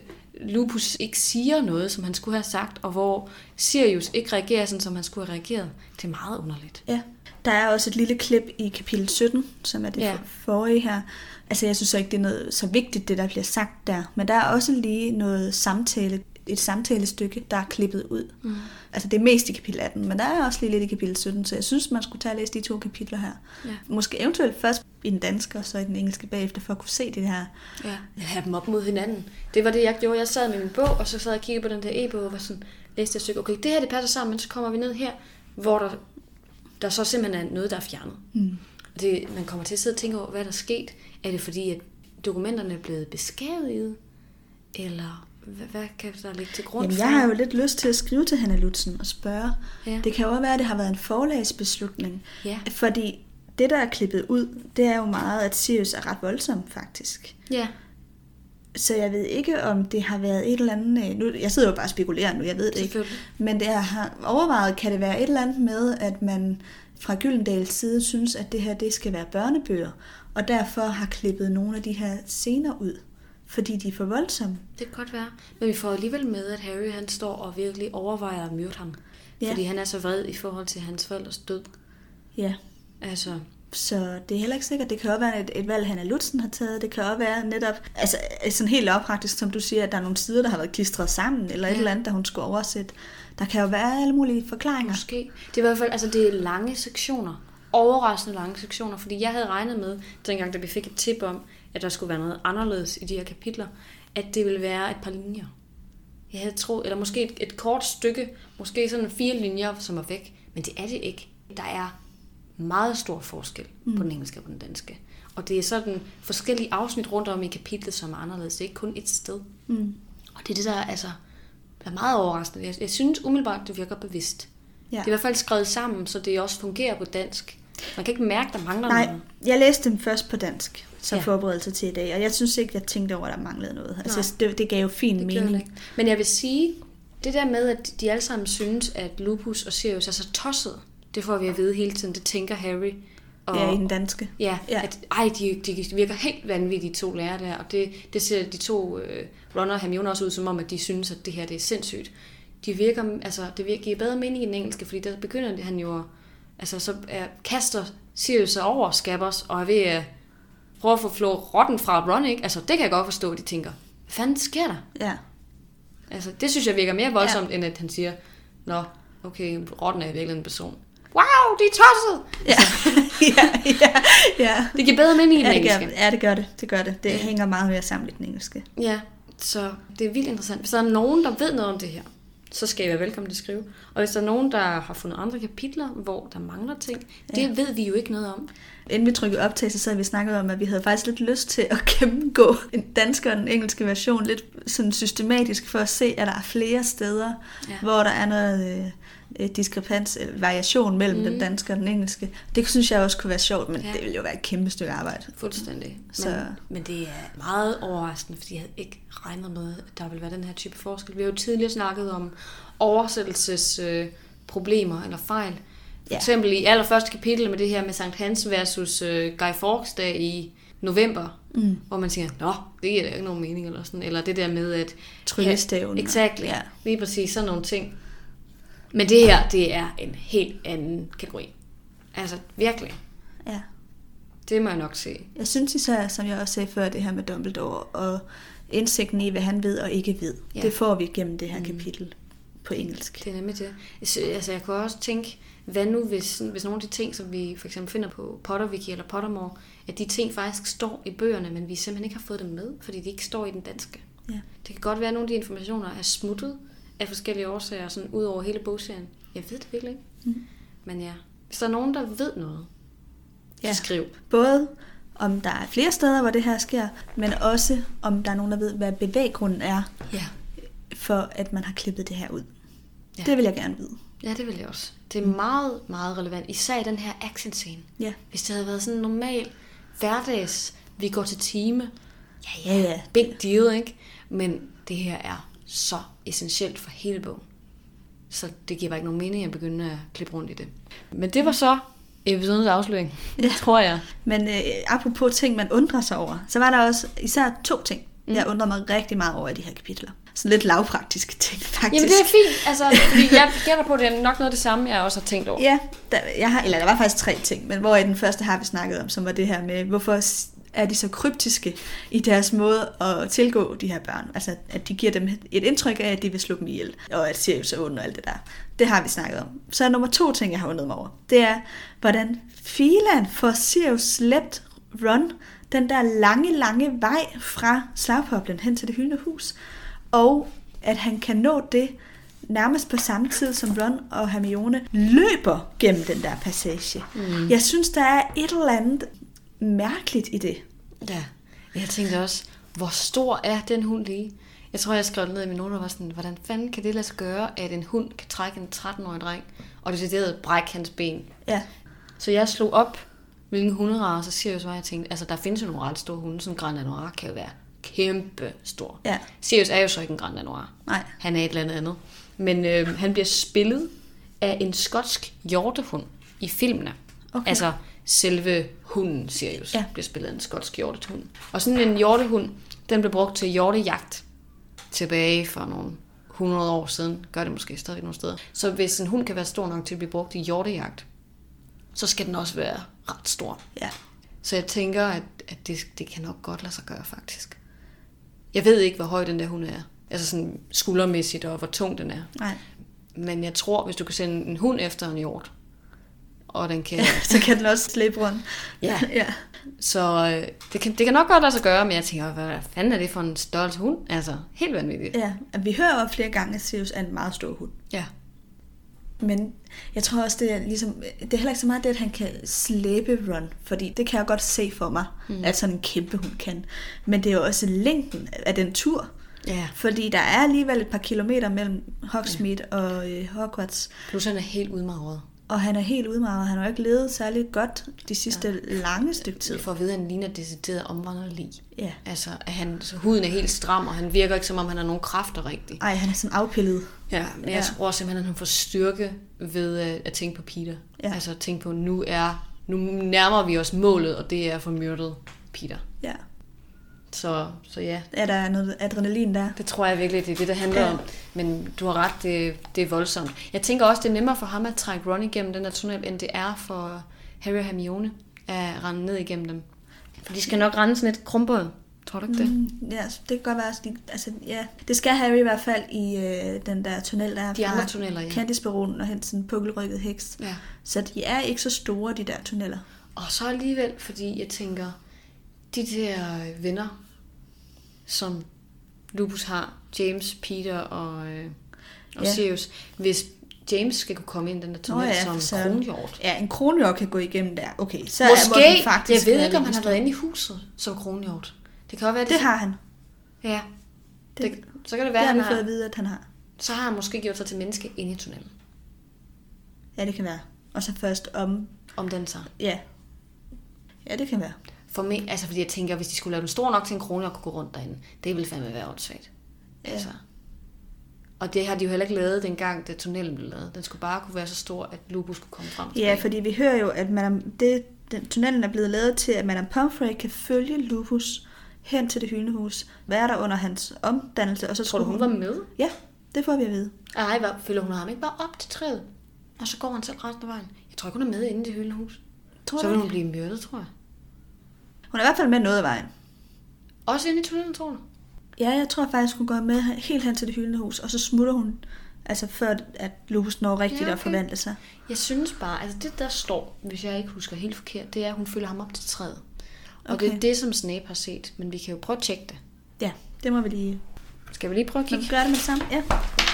Lupus ikke siger noget, som han skulle have sagt, og hvor Sirius ikke reagerer sådan, som han skulle have reageret. Det er meget underligt. Ja, der er også et lille klip i kapitel 17, som er det forrige her. Altså jeg synes så ikke, det er noget så vigtigt, det der bliver sagt der, men der er også lige noget samtale, et samtalestykke, der er klippet ud. Altså det er mest i kapitel 18, men der er også lige lidt i kapitel 17, så jeg synes, man skulle tage og læse de 2 kapitler her. Ja. Måske eventuelt først i den danske, og så i den engelske bagefter, for at kunne se det her. Ja, have dem op mod hinanden. Det var det, jeg gjorde. Jeg sad med min bog, og så sad jeg og kiggede på den der e-bog, og var sådan, læste jeg et stykke, okay, det her det passer sammen, men så kommer vi ned her, hvor der så simpelthen er noget, der er fjernet. Man kommer til at sidde og tænke over, hvad der er sket. Er det fordi, at dokumenterne er blevet beskadiget? Eller hvad kan der ligge til grund for? Jeg har jo lidt lyst til at skrive til Hanne Lutzen og spørge. Ja. Det kan jo være, at det har været en forlagsbeslutning. Ja. Fordi det, der er klippet ud, det er jo meget, at Sirius er ret voldsom, faktisk. Ja. Så jeg ved ikke, om det har været et eller andet... Nu, jeg sidder jo bare og spekulerer nu, jeg ved det ikke. Men det har overvejet, kan det være et eller andet med, at man fra Gyldendals side synes, at det her det skal være børnebøger, og derfor har klippet nogle af de her scener ud, fordi de er for voldsomme. Det kan godt være. Men vi får alligevel med, at Harry han står og virkelig overvejer at myrde ham. Ja. Fordi han er så vred i forhold til hans forældres død. Ja. Altså... Så det er heller ikke sikkert. Det kan også være et valg, Hanne Lutzen har taget. Det kan også være netop, altså sådan helt lavpraktisk, som du siger, at der er nogle sider, der har været klistret sammen, eller et eller andet, der hun skulle oversætte. Der kan jo være alle mulige forklaringer. Måske. Det er i hvert fald, altså det er lange sektioner. Overraskende lange sektioner, fordi jeg havde regnet med, dengang da vi fik et tip om, at der skulle være noget anderledes i de her kapitler, at det ville være et par linjer. Jeg havde troet, eller måske et kort stykke, måske sådan 4 linjer, som er væk, men det er det ikke. Der er meget stor forskel på den engelske og den danske. Og det er sådan forskellige afsnit rundt om i kapitlet, som er anderledes. Det er ikke kun et sted. Og det er det, der altså, er meget overraskende. Jeg synes umiddelbart, det virker bevidst. Ja. Det er i hvert fald skrevet sammen, så det også fungerer på dansk. Man kan ikke mærke, der mangler noget. Nej, jeg læste dem først på dansk, som forberedelse til i dag. Og jeg synes ikke, jeg tænkte over, at der manglede noget. Altså, det gav jo fin mening. Men jeg vil sige, det der med, at de alle sammen synes, at Lupus og Sirius er så tosset, det får vi at vide hele tiden. Det tænker Harry. Og, i den danske. Ja, at de virker helt vanvittige, de 2 lærere der. Og det ser de 2 Ron og Hermione også ud som om, at de synes, at det her det er sindssygt. De virker, altså det giver bedre mening i den engelske, fordi der begynder han jo, altså så kaster Sirius sig over Scabbers, og er ved at prøve at få flået rotten fra Ron, ikke? Altså det kan jeg godt forstå, at de tænker, hvad fanden sker der? Ja. Altså det synes jeg virker mere voldsomt, end at han siger, nå, okay, rotten er virkelig en person. Wow, de er tosset! Ja. Det giver bedre mening i den engelske. Det gør det. Det hænger meget mere sammen i den engelske. Ja, så det er vildt interessant. Hvis der er nogen, der ved noget om det her, så skal I være velkommen til at skrive. Og hvis der er nogen, der har fundet andre kapitler, hvor der mangler ting, det ved vi jo ikke noget om. Inden vi trykkede optagelse, så havde vi snakket om, at vi havde faktisk lidt lyst til at gennemgå den danske og den engelske version lidt sådan systematisk, for at se, at der er flere steder, hvor der er noget diskrepans, variation mellem den danske og den engelske. Det synes jeg også kunne være sjovt, men det ville jo være et kæmpe stykke arbejde. Fuldstændig. Men det er meget overraskende, fordi jeg havde ikke regnet med, at der ville være den her type forskel. Vi har jo tidligere snakket om oversættelsesproblemer eller fejl. For eksempel i allerførste kapitel med det her med Sankt Hans versus Guy Fawkes dag i november, hvor man siger, nå, det giver da ikke nogen mening, eller sådan. Eller det der med, at... Tryllestaven. Exactly. Ja. Lige præcis sådan nogle ting. Men det her, det er en helt anden kategori. Altså, virkelig. Ja. Det må jeg nok se. Jeg synes især, som jeg også sagde før, det her med Dumbledore, og indsigten i, hvad han ved og ikke ved, det får vi gennem det her kapitel på engelsk. Det er nemlig det. Altså, jeg kunne også tænke, hvad nu, hvis nogle af de ting, som vi for eksempel finder på Potterwiki eller Pottermore, at de ting faktisk står i bøgerne, men vi simpelthen ikke har fået dem med, fordi de ikke står i den danske. Ja. Det kan godt være, at nogle af de informationer er smuttet af forskellige årsager, sådan ud over hele bogserien. Jeg ved det virkelig ikke. Men ja, hvis der er nogen, der ved noget, så skriv. Både om der er flere steder, hvor det her sker, men også om der er nogen, der ved, hvad bevæggrunden er, for at man har klippet det her ud. Ja. Det vil jeg gerne vide. Ja, det vil jeg også. Det er meget, meget relevant. Især i den her action-scene. Ja. Hvis det havde været sådan en normal hverdags, vi går til time. Ja. Big deal, ikke? Men det her er så essentielt for hele bogen. Så det giver bare ikke nogen mening at begynde at klippe rundt i det. Men det var så Episodens afsløring, tror jeg. Men apropos ting, man undrer sig over, så var der også især 2 ting, jeg undrer mig rigtig meget over i de her kapitler. Så lidt lavpraktiske ting, faktisk. Jamen det er fint, altså, fordi jeg gætter på, at det er nok noget af det samme, jeg også har tænkt over. Ja, der var faktisk 3 ting, men hvor i den første har vi snakket om, som var det her med, hvorfor er de så kryptiske i deres måde at tilgå de her børn. Altså, at de giver dem et indtryk af, at de vil slå dem ihjel, og at Sirius er ond og alt det der. Det har vi snakket om. Så nummer 2 ting, jeg har undret mig over, det er, hvordan filan får Sirius slæbt Ron den der lange vej fra slagpoplen hen til det hyldende hus, og at han kan nå det nærmest på samme tid, som Ron og Hermione løber gennem den der passage. Jeg synes, der er et eller andet mærkeligt i det. Ja, jeg tænkte også, hvor stor er den hund lige? Jeg tror, jeg skrev ned i min noter, var sådan, hvordan fanden kan det lade sig gøre, at en hund kan trække en 13-årig dreng, og decideret brække hans ben? Ja. Så jeg slog op, hvilken hunderace Sirius var, jeg tænkte, altså der findes jo nogle ret store hunde, som Grand Danois kan jo være kæmpe stor. Ja. Sirius er jo så ikke en Grand Danois. Nej. Han er et eller andet. Men han bliver spillet af en skotsk hjortehund i filmene. Okay. Altså selve hunden Sirius bliver spillet af en skotsk hjortehund. Og sådan en hjortehund, den blev brugt til hjortejagt tilbage for nogle 100 år siden. Gør det måske stadig nogle steder. Så hvis en hund kan være stor nok til at blive brugt i hjortejagt, så skal den også være ret stor. Ja. Så jeg tænker, at det kan nok godt lade sig gøre, faktisk. Jeg ved ikke, hvor høj den der hund er. Altså sådan skuldermæssigt, og hvor tung den er. Nej. Men jeg tror, hvis du kan sende en hund efter en hjort, og den kan... så kan den også slæbe rundt. Ja. Ja. Så det kan nok godt lade sig gøre, men jeg tænker, hvad fanden er det for en størrelse hund? Altså, helt vanvittigt. Ja, vi hører jo flere gange, at Sirius er en meget stor hund. Ja. Men jeg tror også, det er heller ikke så meget det, at han kan slæbe Ron, fordi det kan jeg godt se for mig, at sådan en kæmpe hund kan. Men det er jo også længden af den tur. Ja. Fordi der er alligevel et par kilometer mellem Hogsmeade og Hogwarts. Plus han er helt udmagret. Og han er helt udmagret. Han har jo ikke levet særlig godt de sidste lange stykke tid. For at vide, at han ligner decideret omvandret lig. Ja. Altså, så huden er helt stram, og han virker ikke, som om han har nogen kræfter rigtigt. Ej, han er sådan afpillet. Ja, men jeg tror simpelthen, at han får styrke ved at tænke på Peter. Ja. Altså at tænke på, nu nærmer vi os målet, og det er for myrdet Peter. Ja. Så ja. Er der noget adrenalin der? Det tror jeg virkelig, det er det, der handler om. Men du har ret, det er voldsomt. Jeg tænker også, det er nemmere for ham at trække Ron igennem den der tunnel, end det er for Harry og Hermione at rende ned igennem dem. For de skal nok rende sådan lidt krumpet. Tror du ikke det? Ja, det kan godt være. Altså, ja. Det skal Harry i hvert fald i den der tunnel, der er de andre tunneller, ja. Candice-baronen og hen sådan en pukkelrykket heks. Ja. Så de er ikke så store, de der tunneller. Og så alligevel, fordi jeg tænker, de der venner, som Lupus har, James, Peter og Sirius, hvis James skal kunne komme ind i den der tunnel som kronhjort. Ja, en kronhjort kan gå igennem der. Okay, så måske, faktisk jeg ved ikke, om han har været inde i huset som kronhjort. Det kan jo være, det har han. Ja. Så kan det være, det han har vi fået at vide, at han har. Så har han måske gjort sig til menneske inde i tunnelen. Ja, det kan være. Og så først om den så. Ja. Ja, det kan være. For mig, altså fordi jeg tænker, hvis de skulle lave den stor nok til en krone og kunne gå rundt derinde, det ville fandme være åndssvagt. Ja. Altså. Og det har de jo heller ikke lavet dengang, da tunnelen blev lavet. Den skulle bare kunne være så stor, at Lupus kunne komme frem til. Ja, fordi vi hører jo, at tunnelen er blevet lavet til, at Madame Pomfrey kan følge Lupus hen til det hyldende hus, være der under hans omdannelse. Og så tror du, hun var med? Ja, det får vi at vide. Ej, følger hun ham ikke bare op til træet? Og så går han selv resten af vejen. Jeg tror ikke, hun er med inde i det hyldende hus. Så vil hun blive myrdet, tror jeg. Hun er i hvert fald med noget af vejen. Også inde i tunnelen, tror du? Ja, jeg tror faktisk, hun går med helt hen til det hyldende hus, og så smutter hun, altså før at Lupus når rigtigt at forvandle sig. Jeg synes bare, altså det der står, hvis jeg ikke husker helt forkert, det er, at hun følger ham op til træet. Og det er det, som Snape har set, men vi kan jo prøve at tjekke det. Ja, det må vi lige. Skal vi lige prøve at kigge? Gør det med det samme, ja.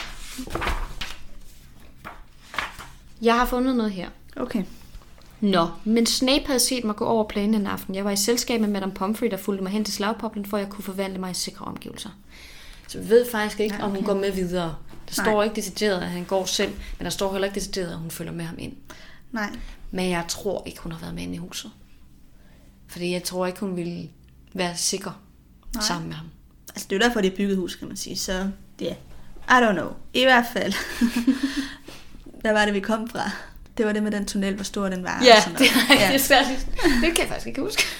Jeg har fundet noget her. Okay. Nå, men Snape havde set mig gå over planen en aften. Jeg var i selskab med Madame Pomfrey, der fulgte mig hen til slagpoplen, for at jeg kunne forvandle mig i sikre omgivelser. Så vi ved faktisk ikke, om hun går med videre. Der står ikke decideret, at han går selv, men der står heller ikke decideret, at hun følger med ham ind. Nej. Men jeg tror ikke, hun har været med inde i huset. Fordi jeg tror ikke, hun ville være sikker sammen med ham. Altså det er jo derfor, det er bygget hus, kan man sige. Så ja, I don't know. I hvert fald. Hvad var det, vi kom fra? Det var det med den tunnel, hvor stor den var. Ja, og sådan noget. det er særligt. Det kan jeg faktisk ikke huske.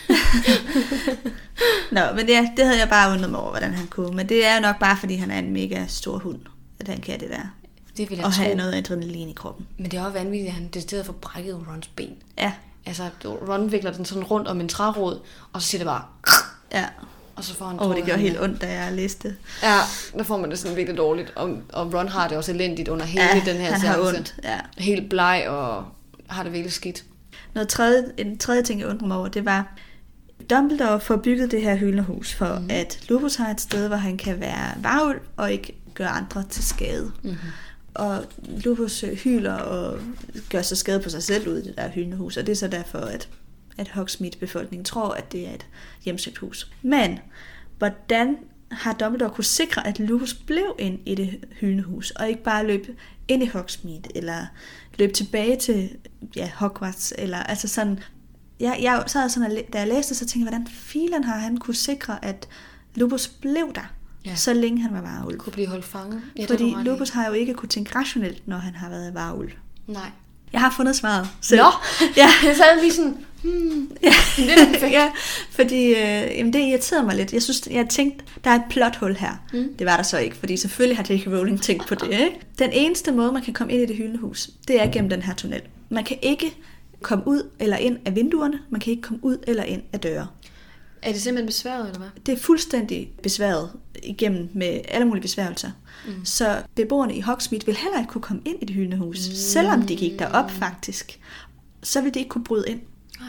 Nå, men ja, det havde jeg bare undret mig over, hvordan han kunne. Men det er nok bare, fordi han er en mega stor hund, at han kan det der. Det vil jeg og tro. have noget adrenalin i kroppen. Men det er også vanvittigt, at han decideret får brækket Rons ben. Ja. Altså, Ron vikler den sådan rundt om en trærod, og så siger det bare... Ja. Og så får han... det gjorde helt ondt, da jeg læste det. Ja, der får man det sådan virkelig dårligt. Og Ron har det også elendigt under hele den her han seance. har ondt, ja. Helt bleg og har det virkelig skidt. En tredje ting, jeg undrer mig over, det var... Dumbledore får bygget det her hylende hus, for at Lupus har et sted, hvor han kan være varulv og ikke gøre andre til skade. Mm-hmm. Og Lupus hyler og gør sig skade på sig selv ud i det der hylende hus, og det er så derfor, at Hogsmeade-befolkningen tror, at det er et hjemsøgt hus. Men hvordan har Dumbledore kunne sikre, at Lupus blev ind i det hylende hus, og ikke bare løb ind i Hogsmeade, eller løb tilbage til Hogwarts, eller altså sådan... Jeg sad sådan, da jeg læste, så tænkte jeg, hvordan filen har han kunne sikre, at Lupus blev der, så længe han var varulv. Kunne blive holdt fanget. Ja, fordi Lupus har jo ikke kunne tænke rationelt, når han har været varulv. Nej. Jeg har fundet svaret selv. Nå, ja. Jeg sad lige sådan, ja, fordi det irriterede mig lidt. Jeg tænkte, der er et plothul her. Det var der så ikke, fordi selvfølgelig har J.K. Rowling tænkt på det. Ikke? Den eneste måde, man kan komme ind i det hylende hus, det er gennem den her tunnel. Man kan ikke komme ud eller ind af vinduerne. Man kan ikke komme ud eller ind af døre. Er det simpelthen besværet, eller hvad? Det er fuldstændig besværet igennem med alle mulige besværgelser. Så beboerne i Hogsmeade vil heller ikke kunne komme ind i det hylende hus, selvom de gik derop faktisk. Så vil de ikke kunne bryde ind.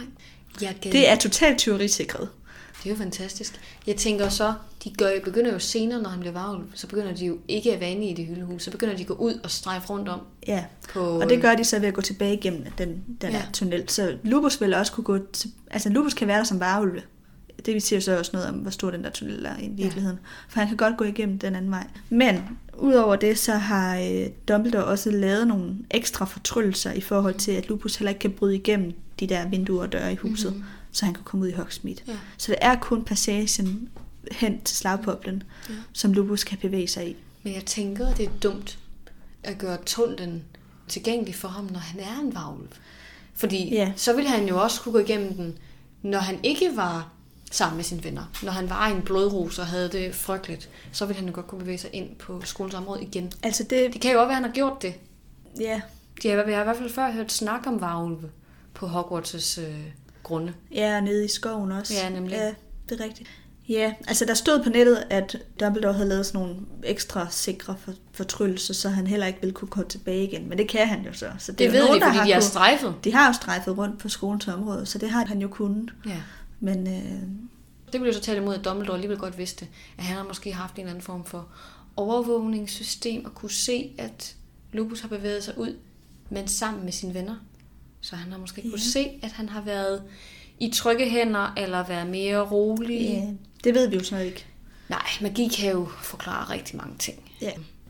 Nej. Det er totalt teorisikret. Det er jo fantastisk. Jeg tænker så, begynder jo senere, når han bliver varulv, så begynder de jo ikke at være inde i det hylende hus. Så begynder de at gå ud og strejfe rundt om. Ja, og det gør de så ved at gå tilbage igennem den der tunnel. Så Lupus vil også kunne gå til... Altså Lupus kan være der som varulv. Det siger så også noget om, hvor stor den der tunnel er i virkeligheden. For han kan godt gå igennem den anden vej. Men udover det, så har Dumbledore også lavet nogle ekstra fortryllelser i forhold til, at Lupus heller ikke kan bryde igennem de der vinduer og døre i huset, så han kan komme ud i Hogsmeade. Ja. Så det er kun passagen hen til slagpoplen, som Lupus kan bevæge sig i. Men jeg tænker, at det er dumt at gøre tunnelen tilgængelig for ham, når han er en varulv. Fordi så ville han jo også kunne gå igennem den, når han ikke var sammen med sine venner. Når han var i en blodrus og havde det frygteligt, så ville han jo godt kunne bevæge sig ind på skolens område igen. Altså det kan jo også være, at han har gjort det. Ja. Jeg har i hvert fald før hørt snak om varulve på Hogwarts' grunde. Ja, nede i skoven også. Ja, nemlig. Ja, det er rigtigt. Ja, altså der stod på nettet, at Dumbledore havde lavet sådan nogle ekstra sikre fortryllelser, så han heller ikke ville kunne gå tilbage igen. Men det kan han jo så. Så det ved nogen, de, fordi de har strejfet. De har jo strejfet rundt på skolens område, så det har han jo kunnet. Ja. Men det ville jo så tale imod, at Dumbledore alligevel godt vidste, at han har måske haft en eller anden form for overvågningssystem og kunne se, at Lupus har bevæget sig ud, men sammen med sine venner. Så han har måske kunne se, at han har været i trygge hænder, eller været mere rolig. Ja, det ved vi jo så ikke. Nej, magi kan jo forklare rigtig mange ting. Ja.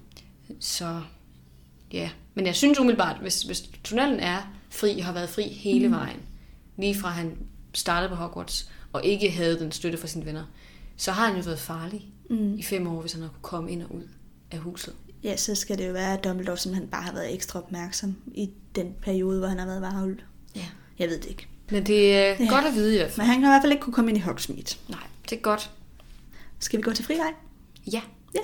Så ja, men jeg synes umiddelbart, hvis tunnelen er fri, har været fri hele vejen, lige fra han startede på Hogwarts, og ikke havde den støtte fra sine venner, så har han jo været farlig i 5 år, hvis han har kunne komme ind og ud af huset. Ja, så skal det jo være, at Dumbledore simpelthen bare har været ekstra opmærksom i den periode, hvor han har været varulv. Ja. Jeg ved det ikke. Men det er godt at vide i hvert fald. Men han kan i hvert fald ikke kunne komme ind i Hogsmeade. Nej, det er godt. Skal vi gå til frileg? Ja. Ja.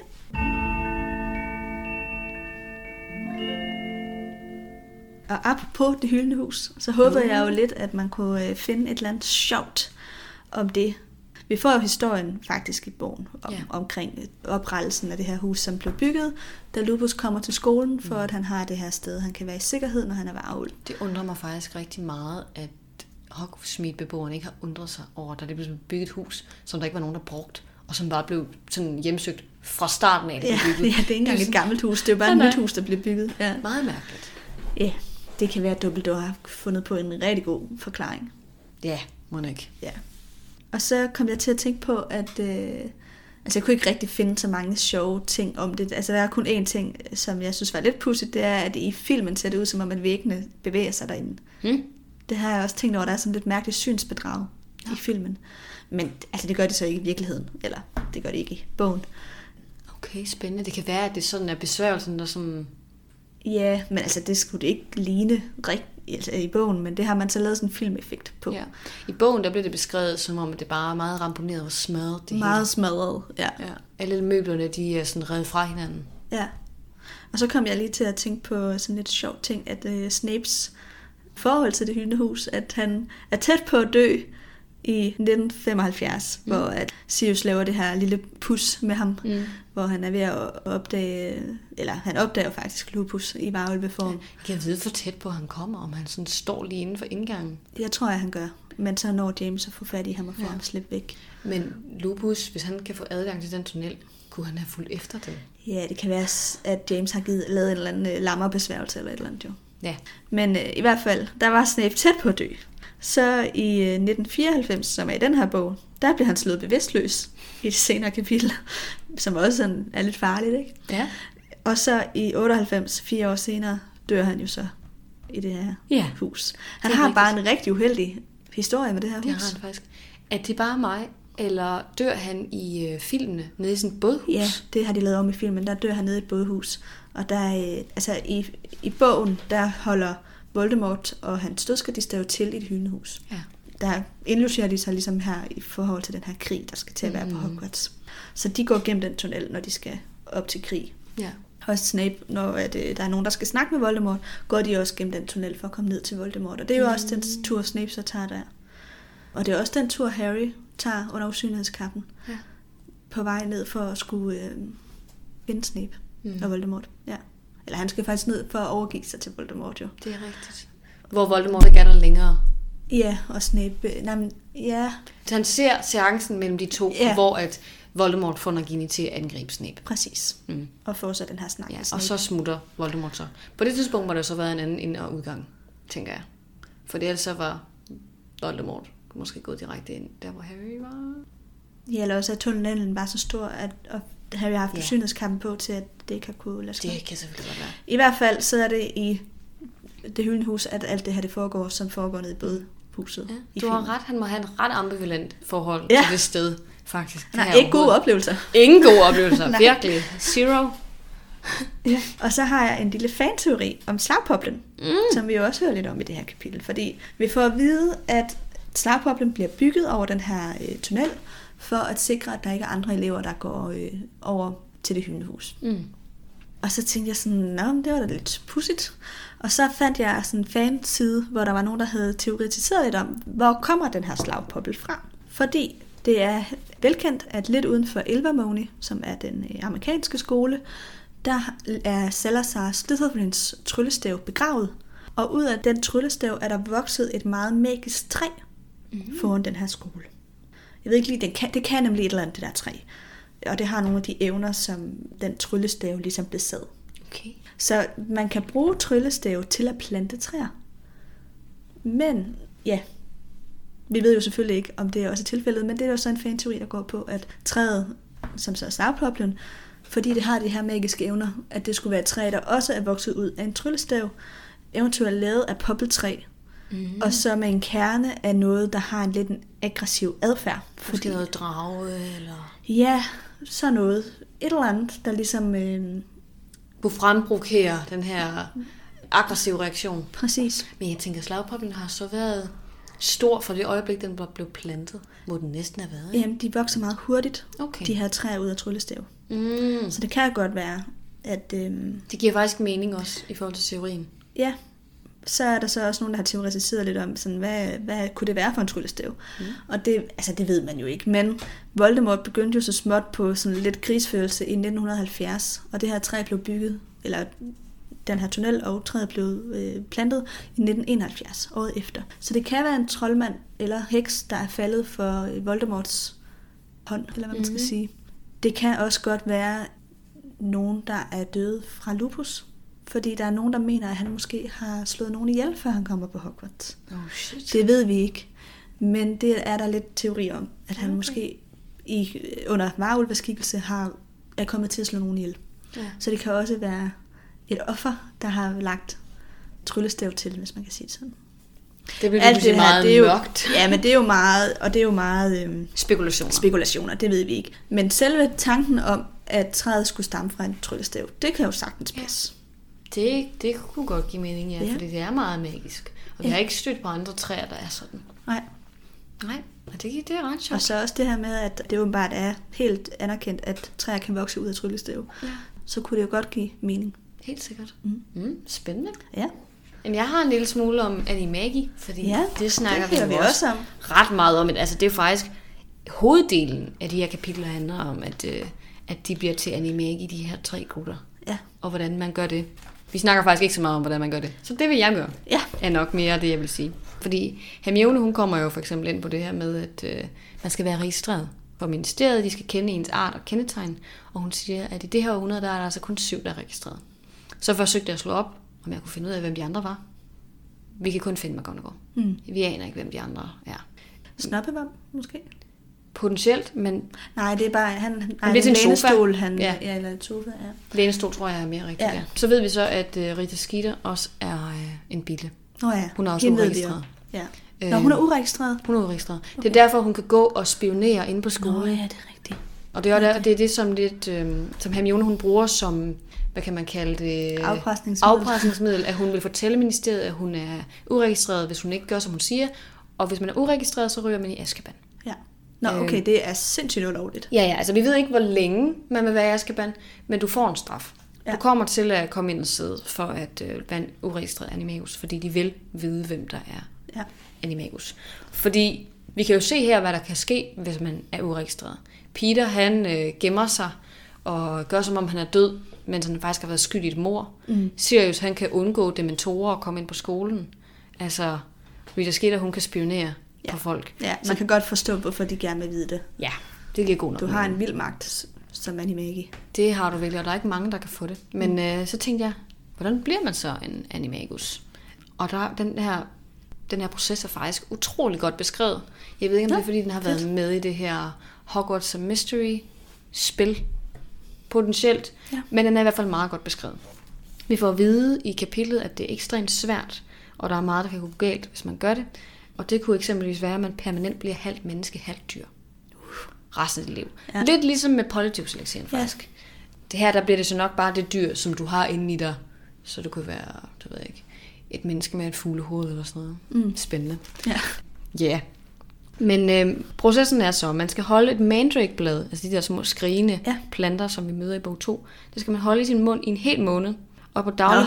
Og apropos det hyldende hus, så håbede jeg jo lidt, at man kunne finde et eller andet sjovt om det. Vi får jo historien faktisk i bogen omkring oprettelsen af det her hus, som blev bygget, da Lupus kommer til skolen, for at han har det her sted, han kan være i sikkerhed, når han er varulv. Det undrer mig faktisk rigtig meget, at Hogsmeade-beboerne ikke har undret sig over, da det blev bygget et hus, som der ikke var nogen, der brugte, og som bare blev sådan hjemsøgt fra starten af, det blev bygget. Ja, det er ikke engang et gammelt hus, det er jo bare et nyt hus, der blev bygget. Ja. Meget mærkeligt. Ja, det kan være, at Dumbledore har fundet på en rigtig god forklaring. Ja, må ikke. Ja. Og så kom jeg til at tænke på, at jeg kunne ikke rigtig finde så mange sjove ting om det. Altså der er kun én ting, som jeg synes var lidt pudsigt, det er, at i filmen ser det ud som om, at væggene bevæger sig derinde. Det har jeg også tænkt over, der er sådan lidt mærkeligt synsbedrag i filmen. Men altså, det gør det så ikke i virkeligheden, eller det gør det ikke i bogen. Okay, spændende. Det kan være, at det sådan er besværgelsen, der sådan Ja, men altså det skulle det ikke ligne altså, i bogen, men det har man så lavet sådan en filmeffekt på. Ja. I bogen der blev det beskrevet som om, at det bare er meget ramponeret og smadret. Det meget hele. Smadret, ja. Alle møblerne, de er sådan revet fra hinanden. Ja, og så kom jeg lige til at tænke på sådan lidt sjov ting, at Snapes forhold til det hyldende hus, at han er tæt på at dø i 1975, hvor at Sirius laver det her lille pus med ham, hvor han er ved at opdage, eller han opdager faktisk lupus i varulveform. Jeg ved for tæt på, at han kommer, om han sådan står lige inden for indgangen. Jeg tror, at han gør, men så når James at få fat i ham og få ham slippe væk. Men lupus, hvis han kan få adgang til den tunnel, kunne han have fulgt efter den? Ja, det kan være, at James har lavet en eller anden lammerbesværgelse eller et eller andet jo. Ja. Men i hvert fald, der var Snape tæt på at dø. Så i 1994, som er i den her bog, der bliver han slået bevidstløs i et senere kapitel, som også er lidt farligt, ikke? Ja. Og så i 98, 4 år senere, dør han jo så i det her hus. Han har bare en rigtig uheldig historie med det her hus. Det har han faktisk. Er det bare mig, eller dør han i filmene nede i sådan et bådhus? Ja, det har de lavet om i filmen. Der dør han nede i et bådhus. Og der altså i bogen, der holder Voldemort og hans dødskadister jo til i det hyldende hus. Ja. Der indlogerer de sig ligesom her i forhold til den her krig, der skal til at være på Hogwarts. Så de går gennem den tunnel, når de skal op til krig. Ja. Og Snape, når der er nogen, der skal snakke med Voldemort, går de også gennem den tunnel for at komme ned til Voldemort. Og det er jo også den tur, Snape så tager der. Og det er også den tur, Harry tager under usynlighedskappen. Ja. På vej ned for at skulle finde Snape og Voldemort. Ja. Eller han skal faktisk ned for at overgive sig til Voldemort, jo. Det er rigtigt. Hvor Voldemort ikke er der længere. Ja, og Snape... ja. Han ser seancen mellem de to, hvor at Voldemort får Nagini til at angribe Snape. Præcis. Og får så den her snak med Snape. Og så smutter Voldemort så. På det tidspunkt må der så været en anden ind- og udgang, tænker jeg. For ellers så var Voldemort måske gået direkte ind, der hvor Harry var. Ja, eller også at tunnelen var så stor, at Harry har haft usynlighedskampen på til, at det ikke har kunne lade sig. Det kan selvfølgelig godt være. I hvert fald så er det i det hyldende hus, at alt det her det foregår, som foregår nede i bådhuset. Ja, du har ret, han må have en ret ambivalent forhold til det sted, faktisk. Han har ikke gode oplevelser. Ingen gode oplevelser, virkelig. Zero. Ja. Og så har jeg en lille fanteori om slagpoplen, som vi jo også hører lidt om i det her kapitel. Fordi vi får at vide, at slagpoplen bliver bygget over den her tunnel, for at sikre, at der ikke er andre elever, der går over til det hyldende hus. Og så tænkte jeg sådan, det var da lidt pudsigt. Og så fandt jeg sådan en fanside, hvor der var nogen, der havde teoretiseret lidt om, hvor kommer den her slagpoppel fra? Fordi det er velkendt, at lidt uden for Ilvermorny, som er den amerikanske skole, der er Salazar Slytherins tryllestav begravet. Og ud af den tryllestav er der vokset et meget magisk træ foran den her skole. Jeg ved ikke lige, det kan nemlig et eller andet, det der træ. Og det har nogle af de evner, som den tryllestav ligesom besad. Okay. Så man kan bruge tryllestav til at plante træer. Men ja, vi ved jo selvfølgelig ikke, om det er også tilfældet, men det er jo så en fan-teori, der går på, at træet, som så er slagpoplen, fordi det har de her magiske evner, at det skulle være et træ, der også er vokset ud af en tryllestav, eventuelt lavet af poppeltræ, og så med en kerne af noget, der har en lidt aggressiv adfærd. Måske noget drage, eller... Ja, så noget. Et eller andet, der ligesom... kunne fremprovokere den her aggressive reaktion. Præcis. Men jeg tænker, slagpoplen har så været stor for det øjeblik, den blev plantet. Må den næsten have været? Jamen, de vokser meget hurtigt, de her træer ud af tryllestav. Så det kan godt være, at... Det giver faktisk mening også, i forhold til teorien. Ja, så er der så også nogen, der har teoretiseret lidt om, sådan, hvad kunne det være for en tryllestav? Og det ved man jo ikke. Men Voldemort begyndte jo så småt på sådan lidt krigsførelse i 1970, og det her træ blev bygget, eller den her tunnel og træet blev plantet i 1971, året efter. Så det kan være en troldmand eller heks, der er faldet for Voldemorts hånd, eller hvad man skal sige. Det kan også godt være nogen, der er døde fra lupus. Fordi der er nogen, der mener, at han måske har slået nogen ihjel, før han kommer på Hogwarts. Shit. Det ved vi ikke. Men det er der lidt teori om, at han måske under varulveskikkelse er kommet til at slå nogen ihjel. Ja. Så det kan også være et offer, der har lagt tryllestav til, hvis man kan sige det sådan. Det bliver pludselig meget mørkt. Ja, men det er jo meget, og det er jo meget spekulationer, det ved vi ikke. Men selve tanken om, at træet skulle stamme fra en tryllestav, det kan jo sagtens passe. Det kunne godt give mening, ja. Fordi det er meget magisk. Og vi har ikke stødt på andre træer, der er sådan. Nej, det er ret sjovt. Og så også det her med, at det åbenbart er helt anerkendt, at træer kan vokse ud af tryllestave. Ja. Så kunne det jo godt give mening. Helt sikkert. Spændende. Ja. Men jeg har en lille smule om animagi, fordi det snakker vi også om. Ret meget om. Altså det er faktisk hoveddelen af de her kapitler handler om, at de bliver til animagi, de her 3 gutter. Ja. Og hvordan man gør det. Vi snakker faktisk ikke så meget om, hvordan man gør det. Så det vil jeg gøre. Ja. Er nok mere det, jeg vil sige. Fordi Hermione, hun kommer jo for eksempel ind på det her med, at man skal være registreret for ministeriet. De skal kende ens art og kendetegn. Og hun siger, at i det her århundrede, der er der altså kun 7, der er registreret. Så forsøgte jeg at slå op, om jeg kunne finde ud af, hvem de andre var. Vi kan kun finde McGonagall. Vi aner ikke, hvem de andre er. Snoppevam, måske? Potentielt, men... Nej, det er bare... Han bliver til en lænestol, ja. Eller en sofa, ja. Lænestol, tror jeg er mere rigtigt, ja. Så ved vi så, at Rita Skeeter også er en bille. Ja. Hun er også uregistreret. Ja. Nå, hun er uregistreret? Hun er uregistreret. Okay. Det er derfor, hun kan gå og spionere inde på skolen. Nå, ja, det er rigtigt. Og det er det som lidt... som Hermione, hun bruger som... Hvad kan man kalde det? Afpresningsmiddel. At hun vil fortælle ministeriet, at hun er uregistreret, hvis hun ikke gør, som hun siger. Og hvis man er uregistreret, så ryger man i Azkaban. Ja. Nå, okay, det er sindssygt ulovligt. Ja, altså vi ved ikke, hvor længe man vil være i Azkaban, men du får en straf. Ja. Du kommer til at komme ind og sidde for at være en uregistreret animagus, fordi de vil vide, hvem der er animagus. Fordi vi kan jo se her, hvad der kan ske, hvis man er uregistreret. Peter, han gemmer sig og gør, som om han er død, mens han faktisk har været skyld i et mord. Sirius, han kan undgå dementorer og komme ind på skolen. Altså, Rita Skeeter, hun kan spionere på folk. Ja, man kan godt forstå, hvorfor de gerne vil vide det. Ja, det giver god nok. Du har en vild magt som animagi. Det har du virkelig, og der er ikke mange, der kan få det. Men så tænkte jeg, hvordan bliver man så en animagus? Og der, den her proces er faktisk utrolig godt beskrevet. Jeg ved ikke, om det er, fordi den har været med i det her Hogwarts Mystery-spil. Potentielt. Ja. Men den er i hvert fald meget godt beskrevet. Vi får at vide i kapitlet, at det er ekstremt svært, og der er meget, der kan gå galt, hvis man gør det. Og det kunne eksempelvis være, at man permanent bliver halvt menneske, halvt dyr. Resten af dit liv. Ja. Lidt ligesom med polytopselektion faktisk. Det her, der bliver det så nok bare det dyr, som du har inde i dig. Så det kunne være, det ved jeg ikke, et menneske med et fuglehoved eller sådan noget. Spændende. Ja. Yeah. Men processen er så, man skal holde et mandrake-blad, altså de der små skrigende planter, som vi møder i bog 2. Det skal man holde i sin mund i en hel måned. Og på daglig...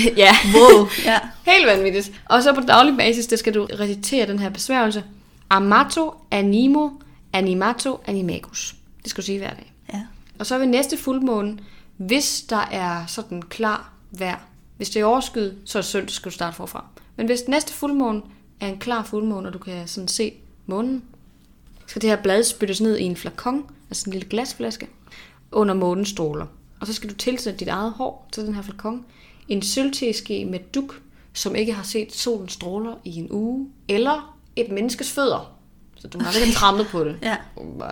Helt vanvittigt. Og så på daglig basis, der skal du recitere den her besværgelse. Amato, animo, animato, animagus. Det skal du sige hver dag. Ja. Og så ved næste fuldmåne, hvis der er sådan klar vejr, hvis det er overskyet, så er det synd, så skal du starte forfra. Men hvis næste fuldmåne er en klar fuldmåne, og du kan sådan se månen, skal det her blad spyttes ned i en flakon, altså en lille glasflaske, under månens stråler. Og så skal du tilsætte dit eget hår til den her flakon, en sølvteske med dug, som ikke har set solens stråler i en uge, eller et menneskes fødder. Så du har ikke trampet på det. Ja.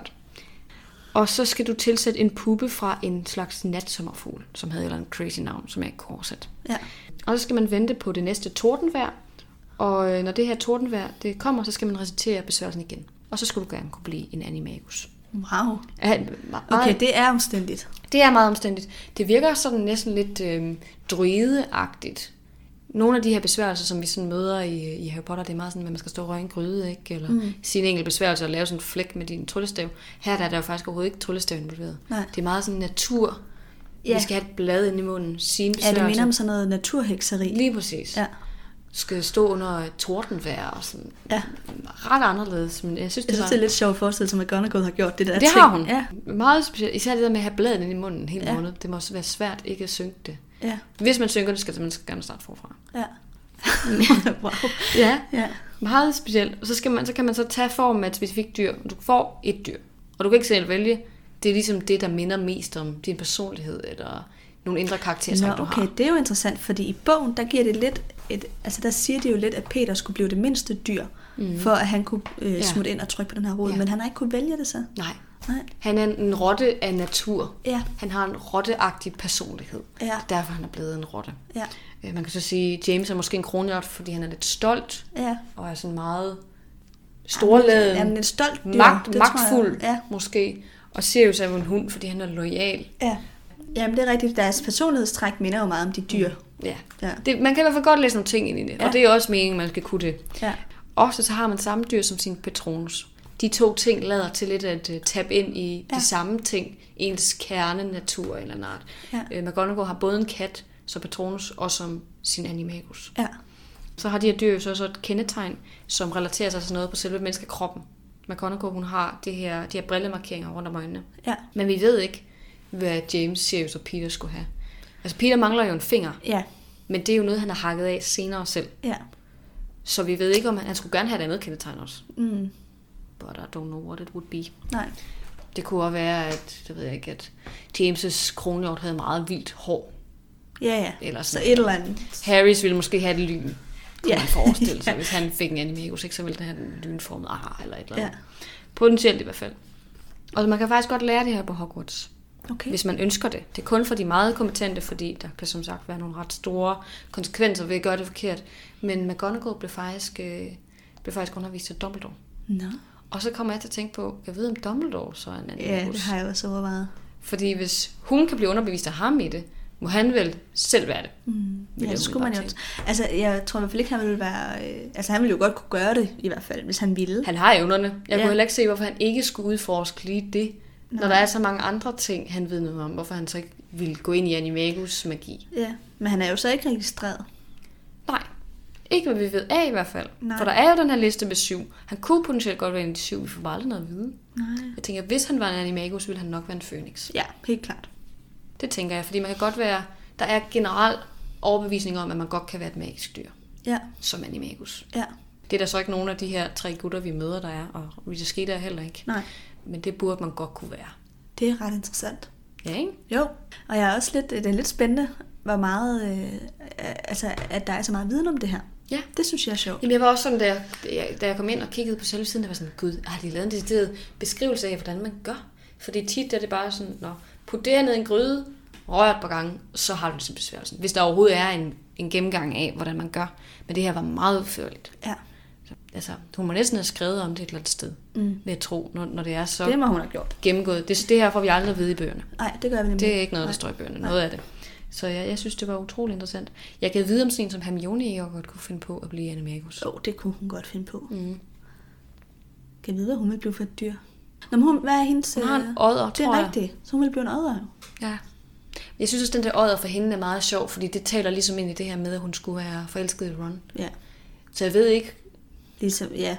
Og så skal du tilsætte en puppe fra en slags natsommerfugl, som havde en crazy navn, som er et korset. Ja. Og så skal man vente på det næste tordenvejr, og når det her tordenvejr det kommer, så skal man recitere besværgelsen igen. Og så skal du gerne kunne blive en animagus. Wow. Okay, det er omstændigt. Det er meget omstændigt. Det virker sådan næsten lidt druideagtigt. Nogle af de her besværgelser, som vi sådan møder i Harry Potter, det er meget sådan, at man skal stå og røre en gryde, ikke? Eller sige en enkelt besværgelse og lave sådan en flæk med din tryllestav. Her der er der jo faktisk overhovedet ikke tryllestav involveret. Nej. Det er meget sådan natur. Ja. Vi skal have et blad inde i munden, sige besværgelser. Ja, det minder om sådan noget naturhekseri. Lige præcis. Ja. Du skal stå under et tordenvejr og sådan. Ja. Ret anderledes. Men jeg synes, det er lidt sjovt forestillet, som McGonagall har gjort det der ting. Det har hun. Ja. Meget specielt. Især det der med at have bladet inde i munden hele måned. Det må også være svært ikke at synke det. Ja. Hvis man synker det, skal man gerne starte forfra. Ja. Wow. Ja. Meget specielt. Og så kan man så tage form af et specifikt dyr. Du får et dyr. Og du kan ikke selv vælge. Det er ligesom det, der minder mest om din personlighed, eller nogle indre karakterer, du har. Okay, det er jo interessant, fordi i bogen, der giver det lidt, der siger de jo lidt, at Peter skulle blive det mindste dyr, for at han kunne smutte ind og trykke på den her rod, men han har ikke kunne vælge det så. Nej. Han er en rotte af natur. Ja. Han har en rotteagtig personlighed. Ja. Derfor han er blevet en rotte. Ja. Man kan så sige, at James er måske en kronhjort, fordi han er lidt stolt, og er sådan meget storladen, en stolt dyr, magtfuld måske. Og Sirius er jo en hund, fordi han er loyal. Ja. Jamen det er rigtigt. Deres personlighedstræk minder jo meget om de dyr, Ja. Ja. Man kan i hvert fald godt læse nogle ting ind i det, og det er også meningen, man skal kunne det. Ja. Ofte så har man samme dyr som sin Patronus. De 2 ting lader til lidt at tabe ind i de samme ting, ens kerne, natur eller en art. Ja. McGonagall har både en kat som Patronus og som sin animagus. Ja. Så har de her dyr jo så også et kendetegn, som relaterer sig til noget på selve menneskekroppen. McGonagall, hun har de her brillemarkeringer rundt om øjnene. Ja. Men vi ved ikke, hvad James, Sirius og Peter skulle have. Altså Peter mangler jo en finger, men det er jo noget, han har hakket af senere selv. Ja. Så vi ved ikke, om han skulle gerne have et andet kendetegn også. But I don't know what it would be. Nej. Det kunne også være, at James' kronhjort havde meget vildt hår. Ja. Eller så et eller andet. Harrys ville måske have et lyn, kunne man forestille sig. Hvis han fik en animagus, så ville den have en lynformet eller et eller andet. Ja. Potentielt i hvert fald. Og man kan faktisk godt lære det her på Hogwarts. Okay. Hvis man ønsker det. Det er kun for de meget kompetente, fordi der kan som sagt være nogle ret store konsekvenser ved at gøre det forkert. Men McGonagall blev faktisk undervist til Dumbledore. No. Og så kommer jeg til at tænke på, jeg ved om Dumbledore så er en animagus. Ja, det har jeg også overvejet. Fordi hvis hun kan blive underbevist af ham i det, må han vel selv være det. Ja, det skulle man jo. Altså, jeg tror i hvert fald ikke, han ville være... Altså, han ville jo godt kunne gøre det, i hvert fald, hvis han ville. Han har evnerne. Jeg kunne heller ikke se, hvorfor han ikke skulle udforske lige det. Når der er så mange andre ting, han ved noget om, hvorfor han så ikke ville gå ind i animagus magi. Ja, men han er jo så ikke registreret. Nej, ikke hvad vi ved af i hvert fald. Nej. For der er jo den her liste med 7. Han kunne potentielt godt være en af de 7, vi får bare aldrig noget at vide. Nej. Jeg tænker, hvis han var en animagus, ville han nok være en Phoenix. Ja, helt klart. Det tænker jeg, fordi man kan godt være... Der er generelt overbevisning om, at man godt kan være et magisk dyr. Ja. Som animagus. Ja. Det er der så ikke nogen af de her 3 gutter, vi møder, der er, og Rita Skeeter er heller ikke. Nej. Men det burde man godt kunne være. Det er ret interessant. Ja, ikke? Jo. Og jeg er også det er lidt spændende, hvor meget, at der er så meget viden om det her. Ja. Det synes jeg er sjovt. Jamen jeg var også sådan, da jeg kom ind og kiggede på selve siden, der var sådan, gud, har de lavet en decideret beskrivelse af, hvordan man gør? Fordi tit er det bare sådan, put det her ned i en gryde, rør et par gange, så har du det som besværgelsen. Hvis der overhovedet er en gennemgang af, hvordan man gør. Men det her var meget udførligt. Ja. Altså, hun må næsten have skrevet om det et eller andet sted, vil jeg tro, når det er så det må hun have gjort. Gennemgået. Det her får vi aldrig at vide i bøgerne. Nej, det gør vi nemlig. Det er ikke noget, der står i bøgerne. Noget af det. Så jeg synes, det var utrolig interessant. Jeg kan vide om sådan en som Hermione ikke godt kunne finde på at blive animagus. Det kunne hun godt finde på. Kan jeg vide, hvad hun vil blive for et dyr? Nå, men hvad er hendes... Hun har en odder, tror jeg. Det er rigtigt. Så hun vil blive en odder jo. Ja. Jeg synes også, den der odder for hende er meget sjov, fordi det taler ligesom ind i det her med, at hun skulle være forelsket i Ron. Ja. Så jeg ved ikke... Ligesom, ja.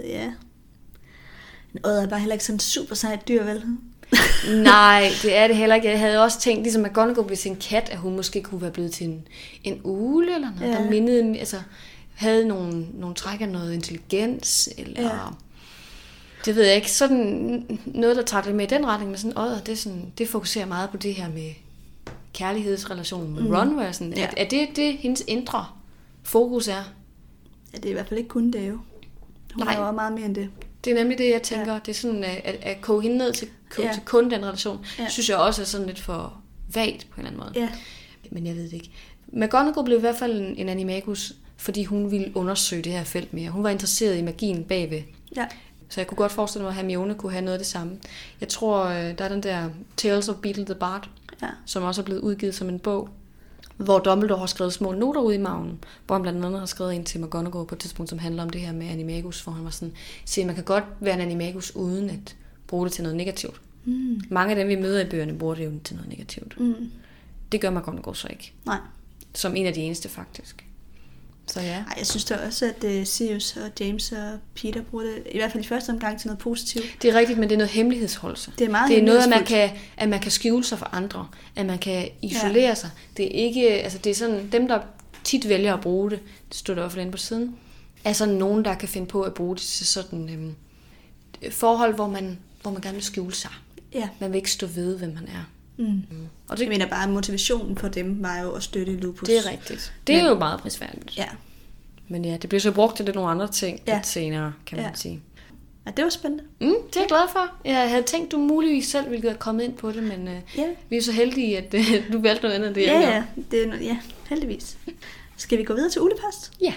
En odder er bare heller ikke sådan en super sejt dyr, vel? Nej, det er det heller ikke. Jeg havde også tænkt, ligesom McGonagall blev til en kat, at hun måske kunne være blevet til en ugle eller noget, der mindede, altså havde nogle træk af noget intelligens, eller det ved jeg ikke. Sådan noget, der trak lidt med i den retning, med sådan en odder, det fokuserer meget på det her med kærlighedsrelationen med Ron, hvor jeg sådan, er det hendes indre fokus er? Ja, det er i hvert fald ikke kun det jo. Hun er jo meget mere end det. Det er nemlig det, jeg tænker. Ja. Det er sådan, at koge hende ned til kun den relation, synes jeg også er sådan lidt for vagt på en eller anden måde. Ja. Men jeg ved det ikke. McGonagall blev i hvert fald en animagus, fordi hun ville undersøge det her felt mere. Hun var interesseret i magien bagved. Ja. Så jeg kunne godt forestille mig, at Hermione kunne have noget af det samme. Jeg tror, der er den der Tales of Beedle the Bard, som også er blevet udgivet som en bog, hvor Dumbledore har skrevet små noter ud i maven, hvor han blandt andet har skrevet en til McGonagall på et tidspunkt, som handler om det her med animagus, hvor han var sådan, siger, man kan godt være en animagus uden at bruge det til noget negativt. Mange af dem, vi møder i bøgerne, bruger det jo til noget negativt. Det gør McGonagall så ikke. Nej. Som en af de eneste, faktisk. Så ja. Ej, jeg synes da også, at Sirius og James og Peter bruger det, i hvert fald i første omgang, til noget positivt. Det er rigtigt, men det er noget hemmelighedsholdelse. Det er meget det er noget, at man kan skjule sig for andre, at man kan isolere sig. Det er ikke, altså det er sådan, dem der tit vælger at bruge det stod der i hvert fald inde på siden, er sådan nogen, der kan finde på at bruge det til sådan forhold, hvor man gerne vil skjule sig. Ja. Man vil ikke stå ved, hvem man er. Og det, jeg mener bare, motivationen for dem var jo at støtte Lupus. Det er rigtigt. Det er jo meget prisværdigt. Ja. Men ja, det bliver så brugt til lidt nogle andre ting lidt senere, kan man sige. Ja, det var spændende. Det er jeg glad for. Jeg havde tænkt, du muligvis selv ville have kommet ind på det, men vi er så heldige, at du valgte noget andet end det. Ja, heldigvis. Skal vi gå videre til ulepost? Ja.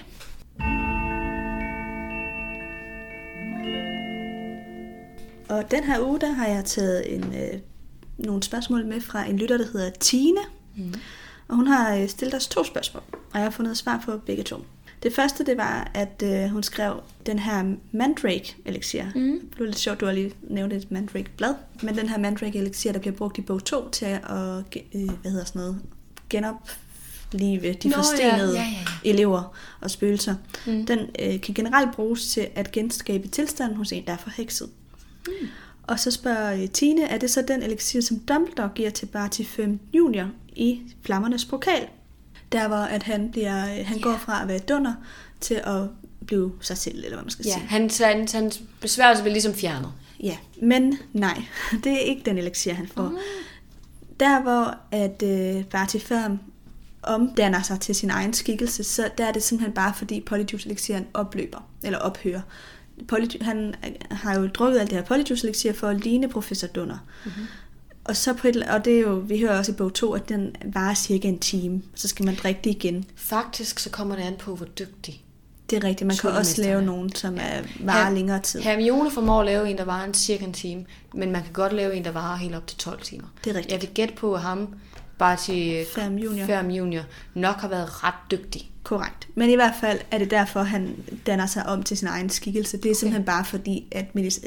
Og den her uge, der har jeg taget nogle spørgsmål med fra en lytter, der hedder Tine. Og hun har stillet os 2 spørgsmål, og jeg har fundet svar på begge 2. Det første, det var, at hun skrev den her Mandrake-elixir. Det blev lidt sjovt, du har lige nævnt et Mandrake-blad. Men den her Mandrake-elixir, der bliver brugt i bog 2 til at genoplive de forstenede elever og spøgelser. Den kan generelt bruges til at genskabe tilstanden hos en, der er forhekset. Og så spørger Tine, er det så den elixir, som Dumbledore giver til Barty Firm Jr. i Flammernes Pokal? Der hvor at han går fra at være dunder til at blive sig selv, eller hvad man skal sige. Hans besværgelse bliver ligesom fjernet. Ja, men nej, det er ikke den elixir, han får. Der hvor at Barty Firm omdanner sig til sin egen skikkelse, så der er det simpelthen bare fordi Polyjuice-elixiren ophører. Han har jo drukket alt det her Polyjuice-elixir for at ligne professor Dunder. Og så og det er jo, vi hører også i bog 2, at den varer cirka en time. Så skal man drikke det igen. Faktisk så kommer det an på, hvor dygtig. Det er rigtigt. Man kan også lave nogen, som varer længere tid. Hermione formår at lave en, der varer cirka en time. Men man kan godt lave en, der varer helt op til 12 timer. Det er rigtigt. Jeg vil gætte på, at ham, Barty Firm Jr. nok har været ret dygtig. Korrekt. Men i hvert fald er det derfor, han danner sig om til sin egen skikkelse. Det er simpelthen bare fordi, at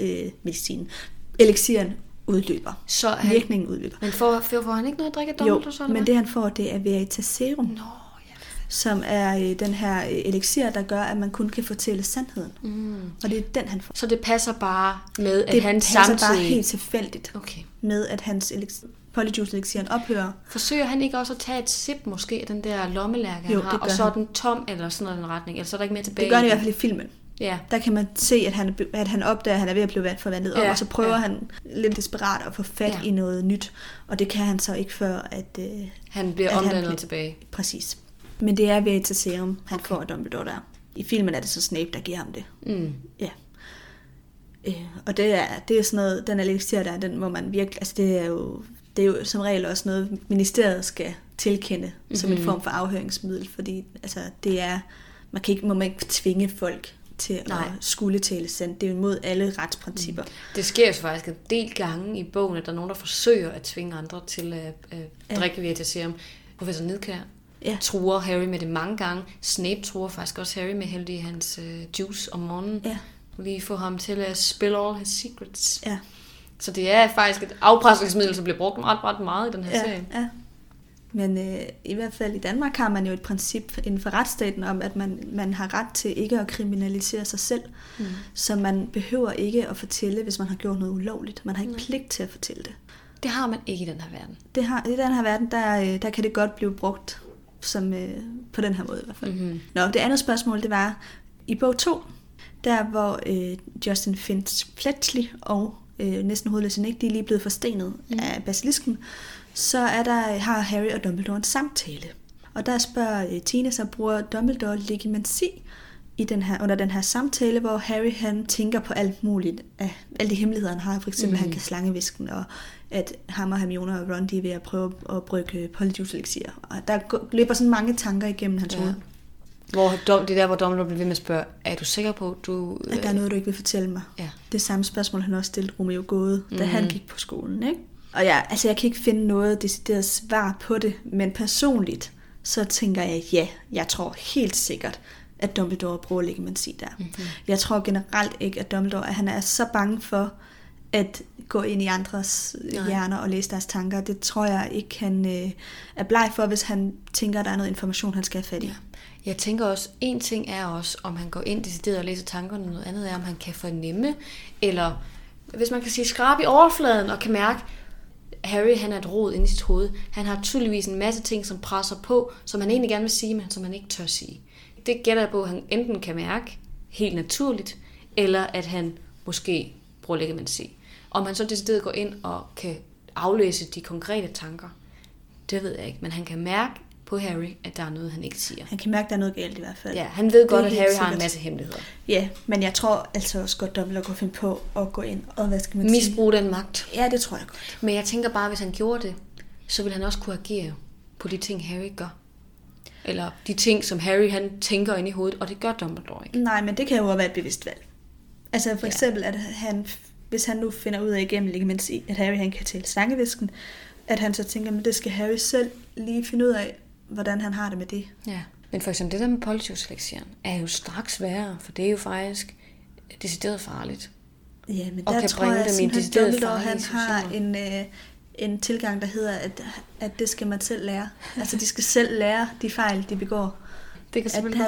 elixiren udløber. Så virkningen udløber. Men får han ikke noget at drikke af Dumbledore? Jo, men det han får, det er Veritaserum. Som er den her elixir, der gør, at man kun kan fortælle sandheden. Og det er den, han får. Så det passer bare med, at han samtidig... Det passer bare helt tilfældigt med, at hans Polyjuice-elixiren ophører. Forsøger han ikke også at tage et sip måske af den der lommelærke, han har, og så er den tom eller sådan noget den retning, eller så er der ikke mere tilbage? Det gør han i hvert fald i filmen. Ja. Der kan man se, at han opdager, at han er ved at blive forvandlet om, og så prøver han lidt desperat at få fat i noget nyt. Og det kan han så ikke før, at han bliver omdannet tilbage. Præcis. Men det er Veritaserum, han får af Dumbledore der. I filmen er det så Snape, der giver ham det. Ja. Og det er sådan noget, den elixir der, den må man virkelig, altså det er jo som regel også noget, ministeriet skal tilkende som en form for afhøringsmiddel, fordi altså det er, må man ikke tvinge folk til at skulle tale sandt. Det er jo imod alle retsprincipper. Det sker jo faktisk en del gange i bogen, at der er nogen, der forsøger at tvinge andre til at drikke Veritaserum. Professor Nidkjær truer Harry med det mange gange. Snape truer faktisk også Harry med at hælde i hans juice om morgenen. Ja. Lige få ham til at spill all his secrets. Ja. Så det er faktisk et afpresningsmiddel, som bliver brugt ret meget i den her serie. Ja. Men i hvert fald i Danmark har man jo et princip inden for retsstaten om, at man har ret til ikke at kriminalisere sig selv. Så man behøver ikke at fortælle, hvis man har gjort noget ulovligt. Man har ikke pligt til at fortælle det. Det har man ikke i den her verden. I den her verden, der kan det godt blive brugt som, på den her måde i hvert fald. Nå, det andet spørgsmål, det var i bog 2, der hvor Justin Fletchley og næsten hovedløse Nick, de er lige blevet forstenet af basilisken, så har Harry og Dumbledore en samtale. Og der spørger Tina, så bruger Dumbledore legimancy under den her samtale, hvor Harry han tænker på alt muligt af alle de hemmeligheder, han har. For eksempel, han kan slangevisken, og at ham og Hermione og Ron, de er ved at prøve at brygge Polyjuice-elixir. Og der løber sådan mange tanker igennem hans hoved. Hvor Dumbledore bliver ved med at spørge, er du sikker på, at der er noget, du ikke vil fortælle mig? Ja. Det samme spørgsmål, han også stillede Romeo Gåde, da han gik på skolen, ikke? Og jeg kan ikke finde noget decideret svar på det, men personligt, så tænker jeg, jeg tror helt sikkert, at Dumbledore bruger legimancy der. Jeg tror generelt ikke, at Dumbledore han er så bange for at gå ind i andres hjerner og læse deres tanker. Det tror jeg ikke, han er bleg for, hvis han tænker, at der er noget information, han skal have fat i. Ja. Jeg tænker også, en ting er også, om han går ind decideret og læser tankerne, noget andet er, om han kan fornemme, eller hvis man kan sige skrab i overfladen og kan mærke, Harry han er et rod inde i sit hoved. Han har tydeligvis en masse ting, som presser på, som han egentlig gerne vil sige, men som han ikke tør sige. Det gætter jeg på, at han enten kan mærke helt naturligt, eller at han måske bruger legimancy. Om han så decideret går ind og kan aflæse de konkrete tanker, det ved jeg ikke. Men han kan mærke på Harry, at der er noget, han ikke siger. Han kan mærke, at der er noget galt i hvert fald. Ja, han ved godt, at Harry har en masse hemmeligheder. Ja, men jeg tror altså også godt, Dumbledore kunne finde på at gå ind og, hvad skal man sige? Misbruge den magt. Ja, det tror jeg godt. Men jeg tænker bare, hvis han gjorde det, så ville han også kunne agere på de ting, Harry gør. Eller de ting, som Harry han tænker ind i hovedet, og det gør Dumbledore ikke. Nej, men det kan jo være et bevidst valg. Altså for eksempel, at hvis han nu finder ud af igennem legimancy, at Harry han kan tale slangevisken, at han så tænker, at det skal Harry selv lige finde ud af, hvordan han har det med det. Ja, men for eksempel det der med Politius-lektieren er jo straks værre, for det er jo faktisk decideret farligt. Ja, men og der kan tror jeg, bringe dem i at decideret Dumbledore, farlige han har situationer. en tilgang, der hedder, at det skal man selv lære. Altså, de skal selv lære de fejl, de begår. Det kan At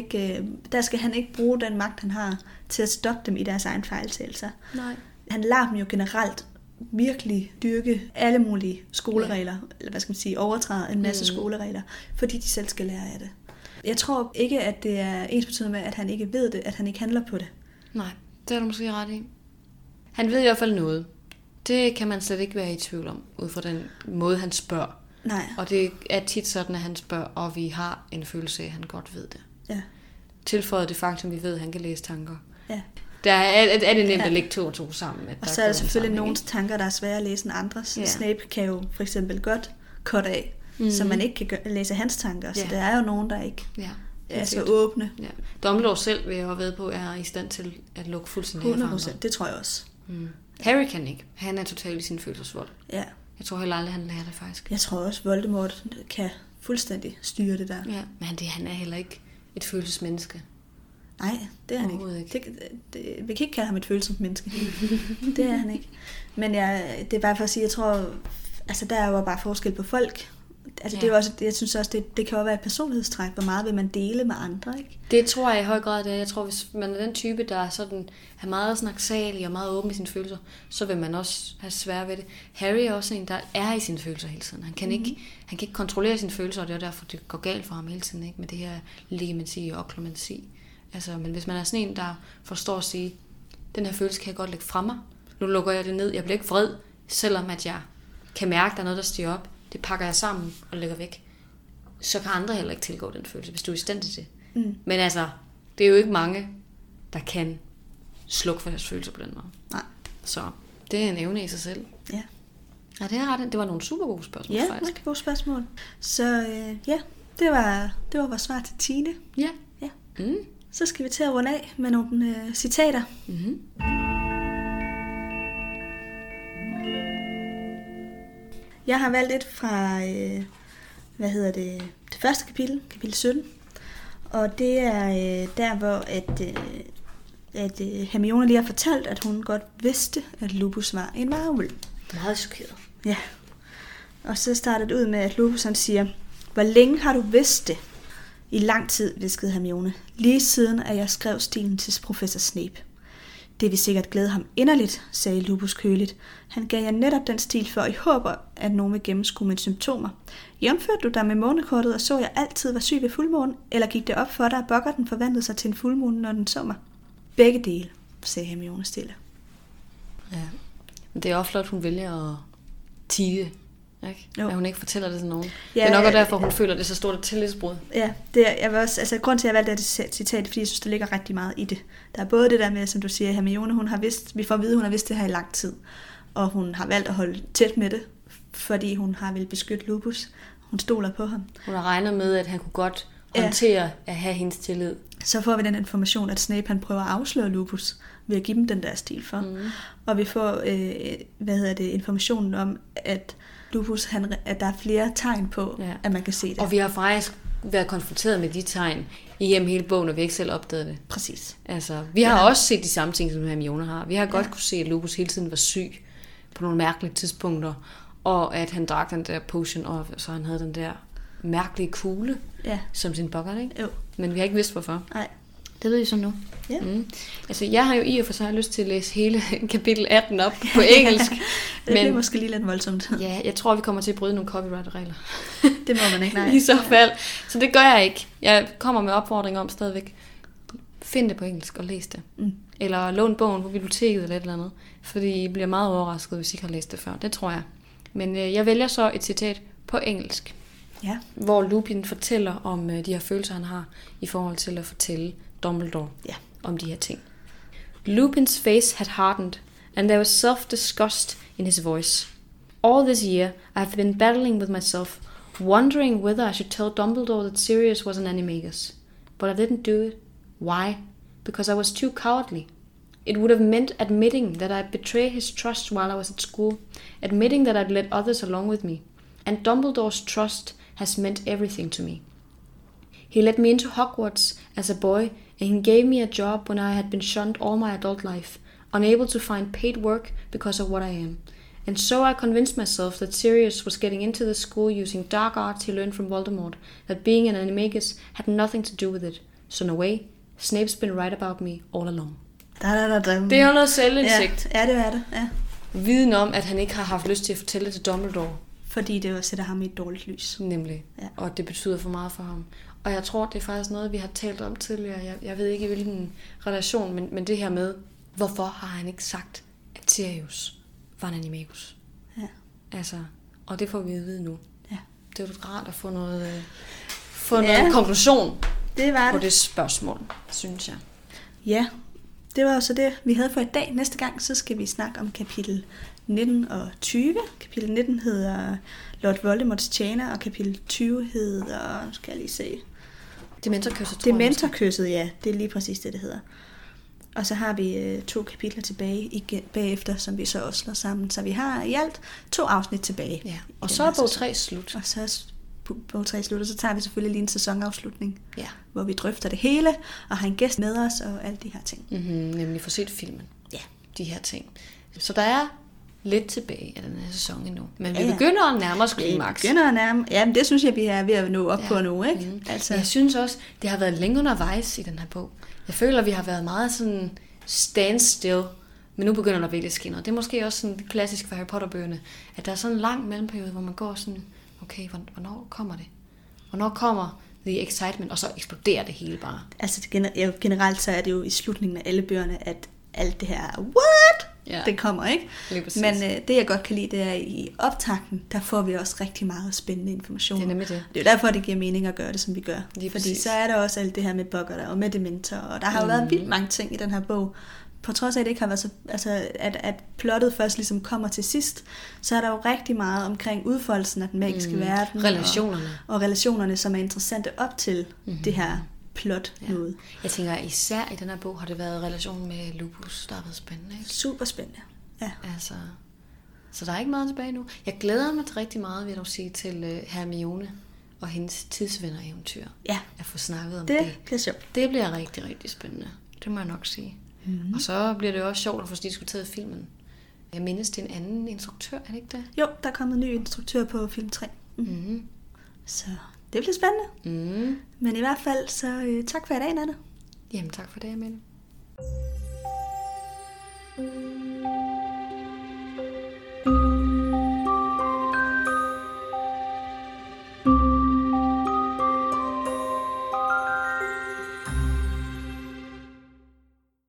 der skal han ikke bruge den magt, han har, til at stoppe dem i deres egen fejltagelser. Nej. Han lader dem jo generelt virkelig dyrke alle mulige skoleregler, eller hvad skal man sige, overtræde en masse skoleregler, fordi de selv skal lære af det. Jeg tror ikke, at det er ensbetydende med, at han ikke ved det, at han ikke handler på det. Nej, det er du måske ret i. Han ved i hvert fald noget. Det kan man slet ikke være i tvivl om, ud fra den måde, han spørger. Nej. Og det er tit sådan, at han spørger, og vi har en følelse af, at han godt ved det. Ja. Tilføjet det faktum, vi ved, at han kan læse tanker. Ja. Der er det nemt at lægge 2 og 2 sammen. Og så er der selvfølgelig nogle tanker, der er svære at læse end andres. Ja. Snape kan jo for eksempel godt cut af, så man ikke kan læse hans tanker. Så der er jo nogen, der ikke er så åbne. Ja. Dumbledore selv, vil jeg jo ved på, er i stand til at lukke fuldstændig 100%, det tror jeg også. Harry kan ikke. Han er totalt i sin følelsesvold. Ja. Jeg tror heller aldrig, han lærer det faktisk. Jeg tror også, Voldemort kan fuldstændig styre det der. Ja, men han er heller ikke et følelsesmenneske. Nej, det er han ikke. Vi kan ikke kalde ham et følelsesmenneske. Det er han ikke. Men det er bare for at sige, jeg tror, altså der er jo bare forskel på folk. Altså det er jo også, jeg synes også, det kan jo være et personlighedstræk. Hvor meget vil man dele med andre, ikke? Det tror jeg i høj grad, det er. Jeg tror, hvis man er den type, der er meget snaksalig og meget åben i sine følelser, så vil man også have svært ved det. Harry er også en, der er i sine følelser hele tiden. Han kan ikke kontrollere sine følelser, og det er derfor, det går galt for ham hele tiden, ikke? Med det her legimansi og oklumensi. Altså, men hvis man er sådan en, der forstår at sige, den her følelse kan jeg godt lægge fra mig. Nu lukker jeg det ned. Jeg bliver ikke vred, selvom at jeg kan mærke, at der er noget, der stiger op. Det pakker jeg sammen og lægger væk. Så kan andre heller ikke tilgå den følelse, hvis du er i stand til det. Men altså, det er jo ikke mange, der kan slukke for deres følelser på den måde. Nej. Så det er en evne i sig selv. Ja. Ja, det er ret. Det var nogle super gode spørgsmål, ja, faktisk. rigtig gode spørgsmål. Så det var vores svar til Tine. Ja. Så skal vi til at runde af med nogle citater. Jeg har valgt et fra, det første kapitel 17. Og det er der, hvor at Hermione lige har fortalt, at hun godt vidste, at Lupus var en varulv. Meget chokeret. Ja. Og så starter det ud med, at Lupus han siger, hvor længe har du vidst det? I lang tid, hviskede Hermione. Lige siden, at jeg skrev stilen til professor Snape. Det vil sikkert glæde ham inderligt, sagde Lupus køligt. Han gav jer netop den stil for i håb, at nogen vil gennemskue mine symptomer. Jævnførte du dig med månekortet, og så jeg altid var syg ved fuldmånen, eller gik det op for dig, at boggerten forvandlede sig til en fuldmåne, når den så mig? Begge dele, sagde Hermione stille. Ja, men det er også flot, hun vælger at tige, ikke? At hun ikke fortæller det til nogen. Ja, det er nok derfor, hun føler det så stort et tillidsbrud. Ja, jeg vil også, altså grund til, at jeg valgte det citat, fordi jeg synes, der ligger rigtig meget i det. Der er både det der med, som du siger, Hermione, hun har vidst, vi får at vide, hun har vidst det her i lang tid, og hun har valgt at holde tæt med det, fordi hun har vel beskytte Lupus. Hun stoler på ham. Hun har regnet med, at han kunne godt håndtere at have hendes tillid. Så får vi den information, at Snape han prøver at afsløre Lupus ved at give dem den der stil for. Og vi får informationen om, at Lupus, at der er flere tegn på, at man kan se det. Og vi har faktisk været konfronteret med de tegn igennem hele bogen, og vi ikke selv opdaget det. Præcis. Altså, vi har også set de samme ting, som Hermione har. Vi har godt kunne se, at Lupus hele tiden var syg på nogle mærkelige tidspunkter, og at han drak den der potion, og så han havde den der mærkelige kugle som sin bokkert, ikke? Jo. Men vi har ikke vidst, hvorfor. Nej. Det ved I så nu. Ja. Altså, jeg har jo i og for sig lyst til at læse hele kapitel 18 op på engelsk. Det er måske lige lidt voldsomt. Ja, jeg tror, vi kommer til at bryde nogle copyright-regler. Det må man ikke, nej. I så fald. Så det gør jeg ikke. Jeg kommer med opfordringer om stadigvæk. Find det på engelsk og læs det. Eller lån bogen på biblioteket eller et eller andet. Fordi I bliver meget overrasket, hvis I ikke har læst det før. Det tror jeg. Men jeg vælger så et citat på engelsk. Ja. Hvor Lupin fortæller om de her følelser, han har i forhold til at fortælle Dumbledore om de her ting. Lupin's face had hardened, and there was self-disgust in his voice. All this year, I have been battling with myself, wondering whether I should tell Dumbledore that Sirius was an animagus. But I didn't do it. Why? Because I was too cowardly. It would have meant admitting that I'd betrayed his trust while I was at school, admitting that I'd led others along with me. And Dumbledore's trust has meant everything to me. He let me into Hogwarts as a boy, and he gave me a job when I had been shunned all my adult life, unable to find paid work because of what I am. And so I convinced myself that Sirius was getting into the school using dark arts he learned from Voldemort, that being an animagus had nothing to do with it. So in a way, Snape's been right about me all along. Det er jo noget selvindsigt. Ja, det er det. Ja. Viden om, at han ikke har haft lyst til at fortælle det til Dumbledore. Fordi det jo sætter ham i et dårligt lys. Nemlig. Ja. Og det betyder for meget for ham. Og jeg tror, det er faktisk noget, vi har talt om tidligere. Jeg ved ikke, i hvilken relation, men det her med, hvorfor har han ikke sagt, at Sirius var en animagus? Ja. Altså, og det får vi at vide nu. Ja. Det er jo rart at få noget konklusion på det spørgsmål, synes jeg. Ja, det var jo så det, vi havde for i dag. Næste gang, så skal vi snakke om kapitel 19 og 20. Kapitel 19 hedder Lord Voldemorts tjener, og kapitel 20 hedder, skal jeg lige se... Dementorkysset, ja. Det er lige præcis det hedder. Og så har vi 2 kapitler tilbage bagefter, som vi så også slår sammen. Så vi har i alt 2 afsnit tilbage. Ja. Og så er bog 3 slut. Og så er bog 3 slut, og så tager vi selvfølgelig lige en sæsonafslutning, ja, hvor vi drøfter det hele, og har en gæst med os, og alle de her ting. Nemlig få set filmen. Ja. De her ting. Så der er lidt tilbage af den her sæson endnu. Men vi begynder at nærme os klimaks. Ja, men det synes jeg, vi er ved at nå op på nu, ikke? Altså. Jeg synes også, det har været længe undervejs i den her bog. Jeg føler, vi har været meget sådan standstill, men nu begynder der virkelig at ske noget. Det er måske også sådan klassisk for Harry Potter-bøgerne, at der er sådan en lang mellemperiode, hvor man går sådan, okay, hvornår kommer det? Hvornår kommer the excitement, og så eksploderer det hele bare. Altså generelt så er det jo i slutningen af alle bøgerne, at alt det her, what? Ja. Det kommer, ikke? Men det jeg godt kan lide, det er i optakten, der får vi også rigtig meget spændende information. Det er nemlig det. Det er jo derfor, det giver mening at gøre det, som vi gør. Fordi så er der også alt det her med Boggart og med Dementor, og der har jo været vildt mange ting i den her bog. På trods af, at det ikke har været så, altså, at plottet først ligesom kommer til sidst, så er der jo rigtig meget omkring udfoldelsen af den magiske verden. Relationerne. Og relationerne, som er interessante op til det her plot noget. Jeg tænker, især i den her bog har det været relationen med Lupus, der har været spændende. Ikke? Super spændende. Ja. Altså, så der er ikke meget tilbage nu. Jeg glæder mig rigtig meget, vil jeg sige, til Hermione og hendes tidsvenner-eventyr. Ja. At få snakket om det. Det bliver sjovt. Det bliver rigtig, rigtig spændende. Det må jeg nok sige. Mm-hmm. Og så bliver det også sjovt at få diskuteret filmen. Jeg mindes, det er en anden instruktør, er det ikke det? Jo, der er kommet en ny instruktør på film 3. Mm-hmm. Så det bliver spændende. Mm. Men i hvert fald, så tak for i dag, Nanne. Jamen, tak for det, Amelie.